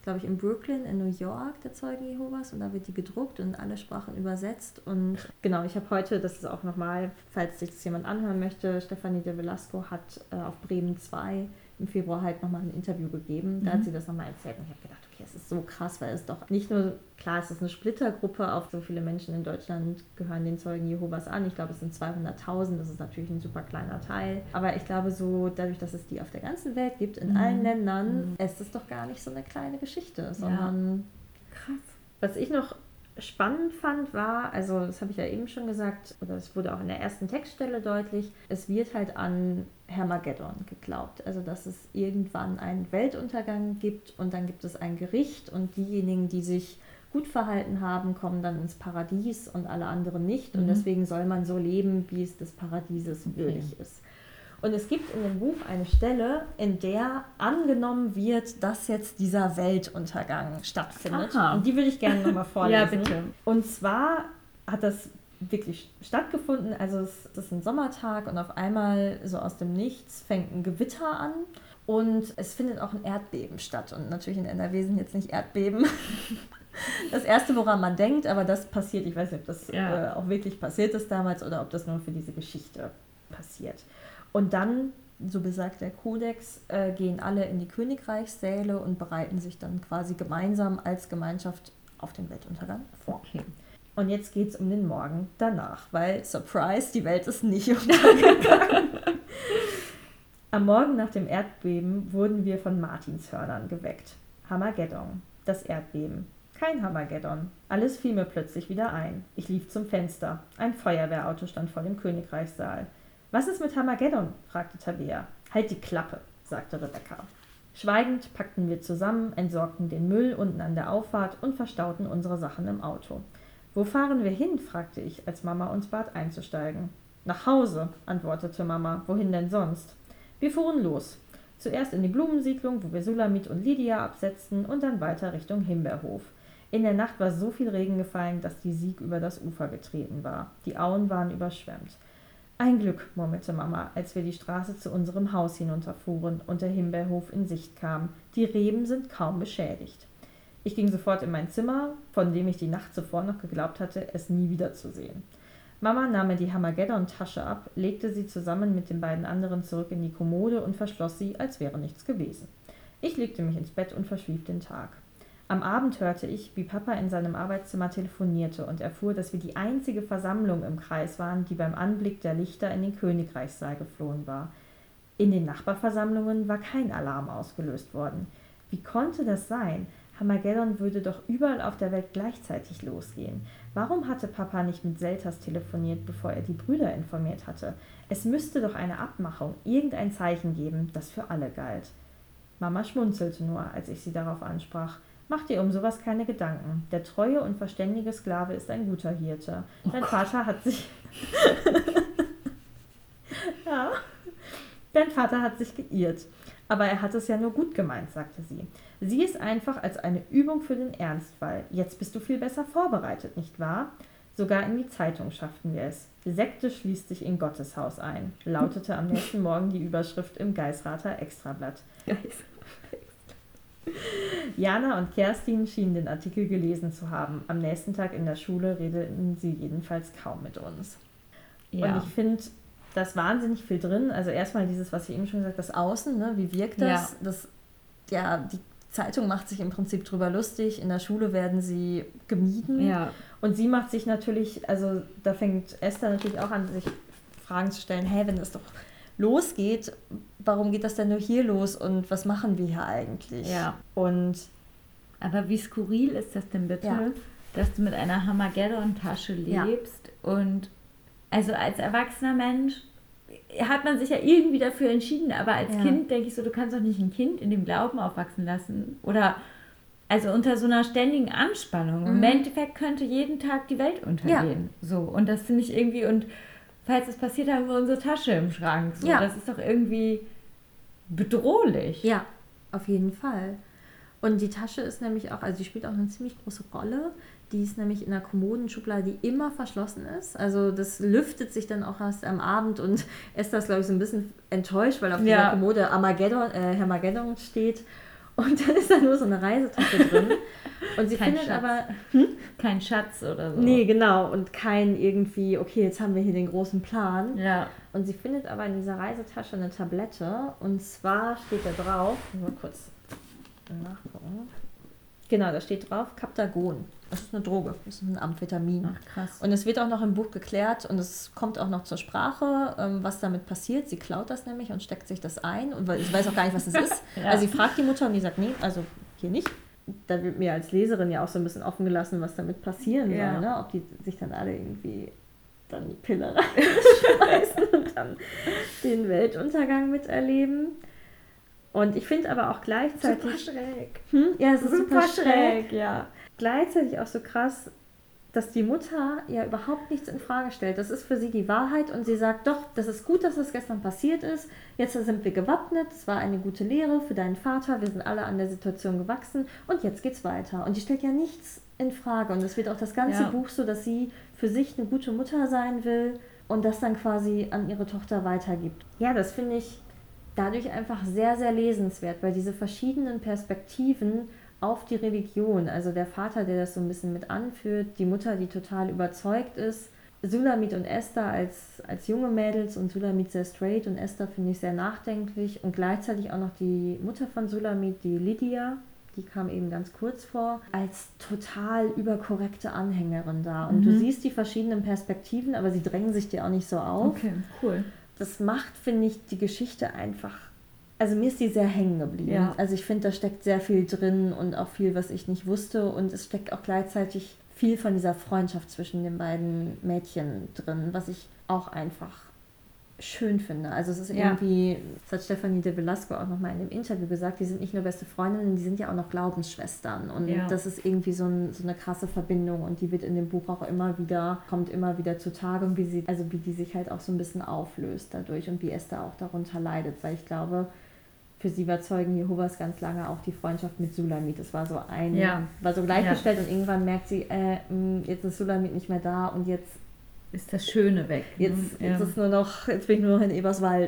glaube ich, in Brooklyn, in New York, der Zeugen Jehovas. Und da wird die gedruckt und in alle Sprachen übersetzt. Und genau, ich habe heute, das ist auch nochmal, falls sich das jemand anhören möchte, Stefanie de Velasco hat äh, auf Bremen zwei im Februar halt nochmal ein Interview gegeben. Da Mhm. hat sie das nochmal erzählt und ich habe gedacht, okay, es ist so krass, weil es doch nicht nur, klar, es ist eine Splittergruppe, auch so viele Menschen in Deutschland gehören den Zeugen Jehovas an. Ich glaube, es sind zweihunderttausend, das ist natürlich ein super kleiner Teil. Aber ich glaube so, dadurch, dass es die auf der ganzen Welt gibt, in Mhm. allen Ländern, Mhm. ist es doch gar nicht so eine kleine Geschichte, sondern Krass. was ich noch spannend fand, war, also das habe ich ja eben schon gesagt, oder es wurde auch in der ersten Textstelle deutlich, es wird halt an Hermageddon geglaubt. Also dass es irgendwann einen Weltuntergang gibt und dann gibt es ein Gericht und diejenigen, die sich gut verhalten haben, kommen dann ins Paradies und alle anderen nicht. Und Mhm. deswegen soll man so leben, wie es des Paradieses Okay. würdig ist. Und es gibt in dem Buch eine Stelle, in der angenommen wird, dass jetzt dieser Weltuntergang stattfindet. Aha. Und die würde ich gerne nochmal vorlesen. Ja, bitte. Und zwar hat das wirklich stattgefunden. Also es ist ein Sommertag und auf einmal so aus dem Nichts fängt ein Gewitter an. Und es findet auch ein Erdbeben statt. Und natürlich in N R W sind jetzt nicht Erdbeben das Erste, woran man denkt, aber das passiert. Ich weiß nicht, ob das Ja. äh, auch wirklich passiert ist damals oder ob das nur für diese Geschichte passiert. Und dann, so besagt der Kodex, äh, gehen alle in die Königreichssäle und bereiten sich dann quasi gemeinsam als Gemeinschaft auf den Weltuntergang vor. Okay. Und jetzt geht es um den Morgen danach, weil, Surprise, die Welt ist nicht untergegangen. Am Morgen nach dem Erdbeben wurden wir von Martinshörnern geweckt. Hamageddon, das Erdbeben. Kein Hamageddon. Alles fiel mir plötzlich wieder ein. Ich lief zum Fenster. Ein Feuerwehrauto stand vor dem Königreichssaal. »Was ist mit Hamageddon?« fragte Tabea. »Halt die Klappe«, sagte Rebecca. Schweigend packten wir zusammen, entsorgten den Müll unten an der Auffahrt und verstauten unsere Sachen im Auto. »Wo fahren wir hin?« fragte ich, als Mama uns bat einzusteigen. »Nach Hause«, antwortete Mama. »Wohin denn sonst?« Wir fuhren los. Zuerst in die Blumensiedlung, wo wir Sulamit und Lydia absetzten und dann weiter Richtung Himbeerhof. In der Nacht war so viel Regen gefallen, dass die Sieg über das Ufer getreten war. Die Auen waren überschwemmt. »Ein Glück«, murmelte Mama, als wir die Straße zu unserem Haus hinunterfuhren und der Himbeerhof in Sicht kam. »Die Reben sind kaum beschädigt.« Ich ging sofort in mein Zimmer, von dem ich die Nacht zuvor noch geglaubt hatte, es nie wiederzusehen. Mama nahm mir die Hamageddon-Tasche ab, legte sie zusammen mit den beiden anderen zurück in die Kommode und verschloss sie, als wäre nichts gewesen. Ich legte mich ins Bett und verschlief den Tag. Am Abend hörte ich, wie Papa in seinem Arbeitszimmer telefonierte und erfuhr, dass wir die einzige Versammlung im Kreis waren, die beim Anblick der Lichter in den Königreichssaal geflohen war. In den Nachbarversammlungen war kein Alarm ausgelöst worden. Wie konnte das sein? Hamageddon würde doch überall auf der Welt gleichzeitig losgehen. Warum hatte Papa nicht mit Selters telefoniert, bevor er die Brüder informiert hatte? Es müsste doch eine Abmachung, irgendein Zeichen geben, das für alle galt. Mama schmunzelte nur, als ich sie darauf ansprach. Mach dir um sowas keine Gedanken. Der treue und verständige Sklave ist ein guter Hirte. Dein Vater hat sich... ja. Dein Vater hat sich geirrt. Aber er hat es ja nur gut gemeint, sagte sie. Sieh es einfach als eine Übung für den Ernstfall. Jetzt bist du viel besser vorbereitet, nicht wahr? Sogar in die Zeitung schafften wir es. Sekte schließt sich in Gottes Haus ein, lautete am nächsten Morgen die Überschrift im Geisrater Extrablatt. Jana und Kerstin schienen den Artikel gelesen zu haben. Am nächsten Tag in der Schule redeten sie jedenfalls kaum mit uns. Ja. Und ich finde, da ist wahnsinnig viel drin. Also erstmal dieses, was ich eben schon gesagt habe, das Außen, ne? Wie wirkt das? Ja. das? Ja, die Zeitung macht sich im Prinzip drüber lustig. In der Schule werden sie gemieden. Ja. Und sie macht sich natürlich, also da fängt Esther natürlich auch an, sich Fragen zu stellen, hey, wenn das doch losgeht, warum geht das denn nur hier los und was machen wir hier eigentlich? Ja. Und Aber wie skurril ist das denn bitte, Ja. dass du mit einer Hamageddon-Tasche Ja. lebst und also als erwachsener Mensch hat man sich ja irgendwie dafür entschieden, aber als Ja. Kind denke ich so, du kannst doch nicht ein Kind in dem Glauben aufwachsen lassen oder also unter so einer ständigen Anspannung. Im Mhm. Endeffekt könnte jeden Tag die Welt untergehen. So. Und das finde ich irgendwie, und falls das passiert, haben wir unsere Tasche im Schrank. So. Ja. Das ist doch irgendwie bedrohlich. ja, auf jeden Fall. Und die Tasche ist nämlich auch, also die spielt auch eine ziemlich große Rolle. Die ist nämlich in einer Kommodenschublade, die immer verschlossen ist. Also das lüftet sich dann auch erst am Abend und Esther ist, glaube ich, so ein bisschen enttäuscht, weil auf Ja. dieser Kommode Armageddon, äh, Hermageddon steht. Und dann ist da nur so eine Reisetasche drin. Und sie Kein findet Schatz. aber... Hm? Kein Schatz oder so. Nee, genau. Und kein irgendwie, okay, jetzt haben wir hier den großen Plan. Ja. Und sie findet aber in dieser Reisetasche eine Tablette. Und zwar steht da drauf, mal kurz nachgucken. Genau, da steht drauf Captagon. Das ist eine Droge, das ist ein Amphetamin. Ach, krass. Und es wird auch noch im Buch geklärt und es kommt auch noch zur Sprache, ähm, was damit passiert. Sie klaut das nämlich und steckt sich das ein und weil ich weiß auch gar nicht, was das ist. Ja. Also sie fragt die Mutter und die sagt, nee, also hier nicht. Da wird mir als Leserin ja auch so ein bisschen offen gelassen, was damit passieren Ja. soll. Ne? Ob die sich dann alle irgendwie dann die Pille reinschmeißen und dann den Weltuntergang miterleben. Und ich finde aber auch gleichzeitig... Super schräg. Hm? Ja, es ist super, Super schräg. schräg, ja. Gleichzeitig auch so krass, dass die Mutter ja überhaupt nichts in Frage stellt. Das ist für sie die Wahrheit und sie sagt, doch, das ist gut, dass das gestern passiert ist. Jetzt sind wir gewappnet, es war eine gute Lehre für deinen Vater, wir sind alle an der Situation gewachsen und jetzt geht's weiter. Und die stellt ja nichts in Frage und es wird auch das ganze Ja. Buch so, dass sie für sich eine gute Mutter sein will und das dann quasi an ihre Tochter weitergibt. Ja, das finde ich dadurch einfach sehr, sehr lesenswert, weil diese verschiedenen Perspektiven auf die Religion, also der Vater, der das so ein bisschen mit anführt, die Mutter, die total überzeugt ist, Sulamit und Esther als, als junge Mädels und Sulamit sehr straight und Esther finde ich sehr nachdenklich und gleichzeitig auch noch die Mutter von Sulamit, die Lydia, die kam eben ganz kurz vor, als total überkorrekte Anhängerin da. Und Mhm. du siehst die verschiedenen Perspektiven, aber sie drängen sich dir auch nicht so auf. Okay, cool. Das macht, finde ich, die Geschichte einfach, also mir ist die sehr hängen geblieben. Ja. Also ich finde, da steckt sehr viel drin und auch viel, was ich nicht wusste und es steckt auch gleichzeitig viel von dieser Freundschaft zwischen den beiden Mädchen drin, was ich auch einfach schön finde. Also es ist Ja. irgendwie, das hat Stefanie de Velasco auch nochmal in dem Interview gesagt, die sind nicht nur beste Freundinnen, die sind ja auch noch Glaubensschwestern und Ja. das ist irgendwie so, ein, so eine krasse Verbindung und die wird in dem Buch auch immer wieder, kommt immer wieder zutage und wie sie, also wie die sich halt auch so ein bisschen auflöst dadurch und wie Esther auch darunter leidet, weil ich glaube, für sie war Zeugen Jehovas ganz lange auch die Freundschaft mit Sulamit. Das war so ein, Ja. war so gleichgestellt und irgendwann merkt sie, äh, mh, jetzt ist Sulamit nicht mehr da und jetzt Ist das Schöne weg. ne? Jetzt, ja. jetzt ist nur noch, jetzt bin ich nur noch in Eberswalde.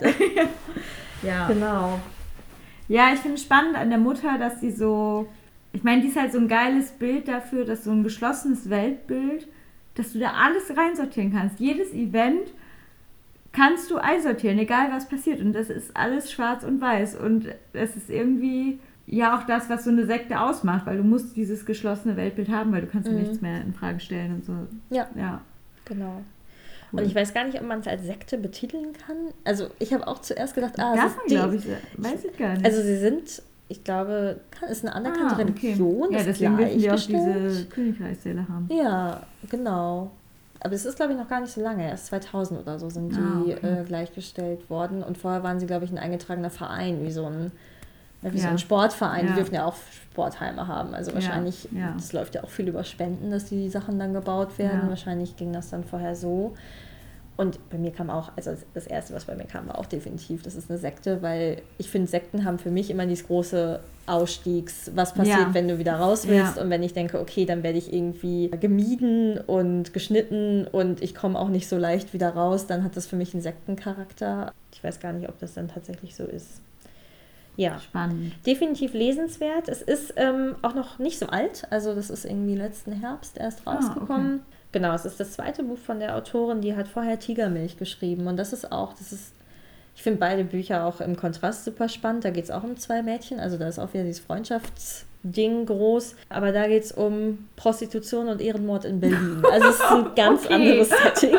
ja. Genau. Ja, ich finde es spannend an der Mutter, dass sie so, ich meine, die ist halt so ein geiles Bild dafür, dass so ein geschlossenes Weltbild, dass du da alles reinsortieren kannst. Jedes Event kannst du einsortieren, egal was passiert. Und das ist alles schwarz und weiß. Und das ist irgendwie ja auch das, was so eine Sekte ausmacht, weil du musst dieses geschlossene Weltbild haben, weil du kannst ja Mhm. nichts mehr in Frage stellen und so. Ja, Ja. genau. Cool. Und ich weiß gar nicht, ob man es als Sekte betiteln kann. Also ich habe auch zuerst gedacht, ah, es Darf ist man, die, glaube ich, weiß ich gar nicht. also sie sind, ich glaube, kann, ist eine anerkannte Ah, okay. Religion, Ja, ist deswegen dürfen die auch gleichgestellt. diese Königreichssäle haben. Ja, genau. Aber es ist, glaube ich, noch gar nicht so lange. Erst zweitausend oder so sind die Ah, okay. äh, gleichgestellt worden. Und vorher waren sie, glaube ich, ein eingetragener Verein, wie so ein, wie so Ja. ein Sportverein. Ja. Die dürfen ja auch Sportheime haben. Also Ja, wahrscheinlich, ja. das läuft ja auch viel über Spenden, dass die Sachen dann gebaut werden. Ja. Wahrscheinlich ging das dann vorher so. Und bei mir kam auch, also das Erste, was bei mir kam, war auch definitiv, das ist eine Sekte, weil ich finde, Sekten haben für mich immer dieses große Ausstiegs, was passiert, Ja. wenn du wieder raus willst. Ja. Und wenn ich denke, okay, dann werde ich irgendwie gemieden und geschnitten und ich komme auch nicht so leicht wieder raus, dann hat das für mich einen Sektencharakter. Ich weiß gar nicht, ob das dann tatsächlich so ist. Ja, Spannend. definitiv lesenswert. Es ist ähm, auch noch nicht so alt, also das ist irgendwie letzten Herbst erst Ah, rausgekommen. Genau, es ist das zweite Buch von der Autorin, die hat vorher Tigermilch geschrieben und das ist auch, das ist, ich finde beide Bücher auch im Kontrast super spannend. Da geht es auch um zwei Mädchen, also da ist auch wieder dieses Freundschaftsding groß, aber da geht es um Prostitution und Ehrenmord in Berlin. Also es ist ein ganz Okay. anderes Setting.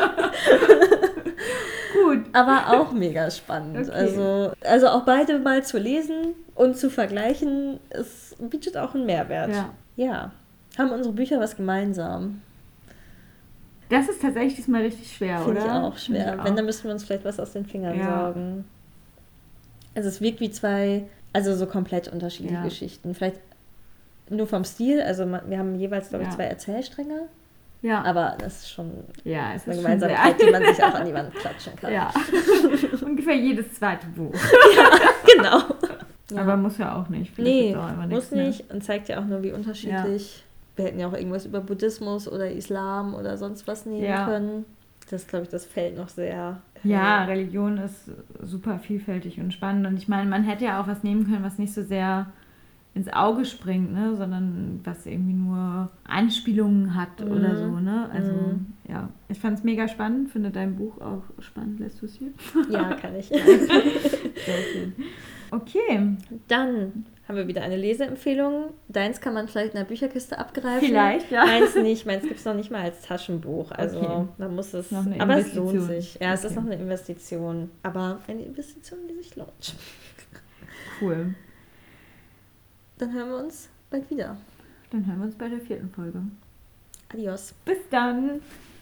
Gut. Aber auch mega spannend. Okay. Also, also auch beide mal zu lesen und zu vergleichen, es bietet auch einen Mehrwert. Ja. Ja. Haben unsere Bücher was gemeinsam? Das ist tatsächlich diesmal richtig schwer, Finde oder? ich auch schwer. Finde ich Wenn, auch. dann müssten wir uns vielleicht was aus den Fingern Ja. saugen. Also es wirkt wie zwei, also so komplett unterschiedliche Ja. Geschichten. Vielleicht nur vom Stil, also man, wir haben jeweils, glaube ich, Ja. zwei Erzählstränge, Ja, aber das ist schon ja es eine ist schon sehr- Gemeinsamkeit, die man sich auch an die Wand klatschen kann. Ja, ungefähr jedes zweite Buch. Genau. Ja. Aber muss ja auch nicht. Vielleicht Nee, gibt's auch immer muss nichts, ne? nicht und zeigt ja auch nur, wie unterschiedlich. Wir hätten ja auch irgendwas über Buddhismus oder Islam oder sonst was nehmen Ja. können. Das, glaube ich, das fällt noch sehr. Ja, äh, Religion ist super vielfältig und spannend. Und ich meine, man hätte ja auch was nehmen können, was nicht so sehr ins Auge springt, ne? Sondern was irgendwie nur Anspielungen hat Mhm. oder so. Ne? Also Mhm. ja, ich fand es mega spannend, finde dein Buch auch spannend. Lässt du es hier? Ja, kann ich. Sehr schön. Okay, Dann haben wir wieder eine Leseempfehlung. Deins kann man vielleicht in der Bücherkiste abgreifen. vielleicht, ja. Meins nicht. Meins gibt es noch nicht mal als Taschenbuch. Also Okay. da muss es. Noch eine Aber es lohnt Investition. sich. Ja, es ist Okay. noch eine Investition. Aber eine Investition, die sich lohnt. Cool. Dann hören wir uns bald wieder. Dann hören wir uns bei der vierten Folge. Adios. Bis dann.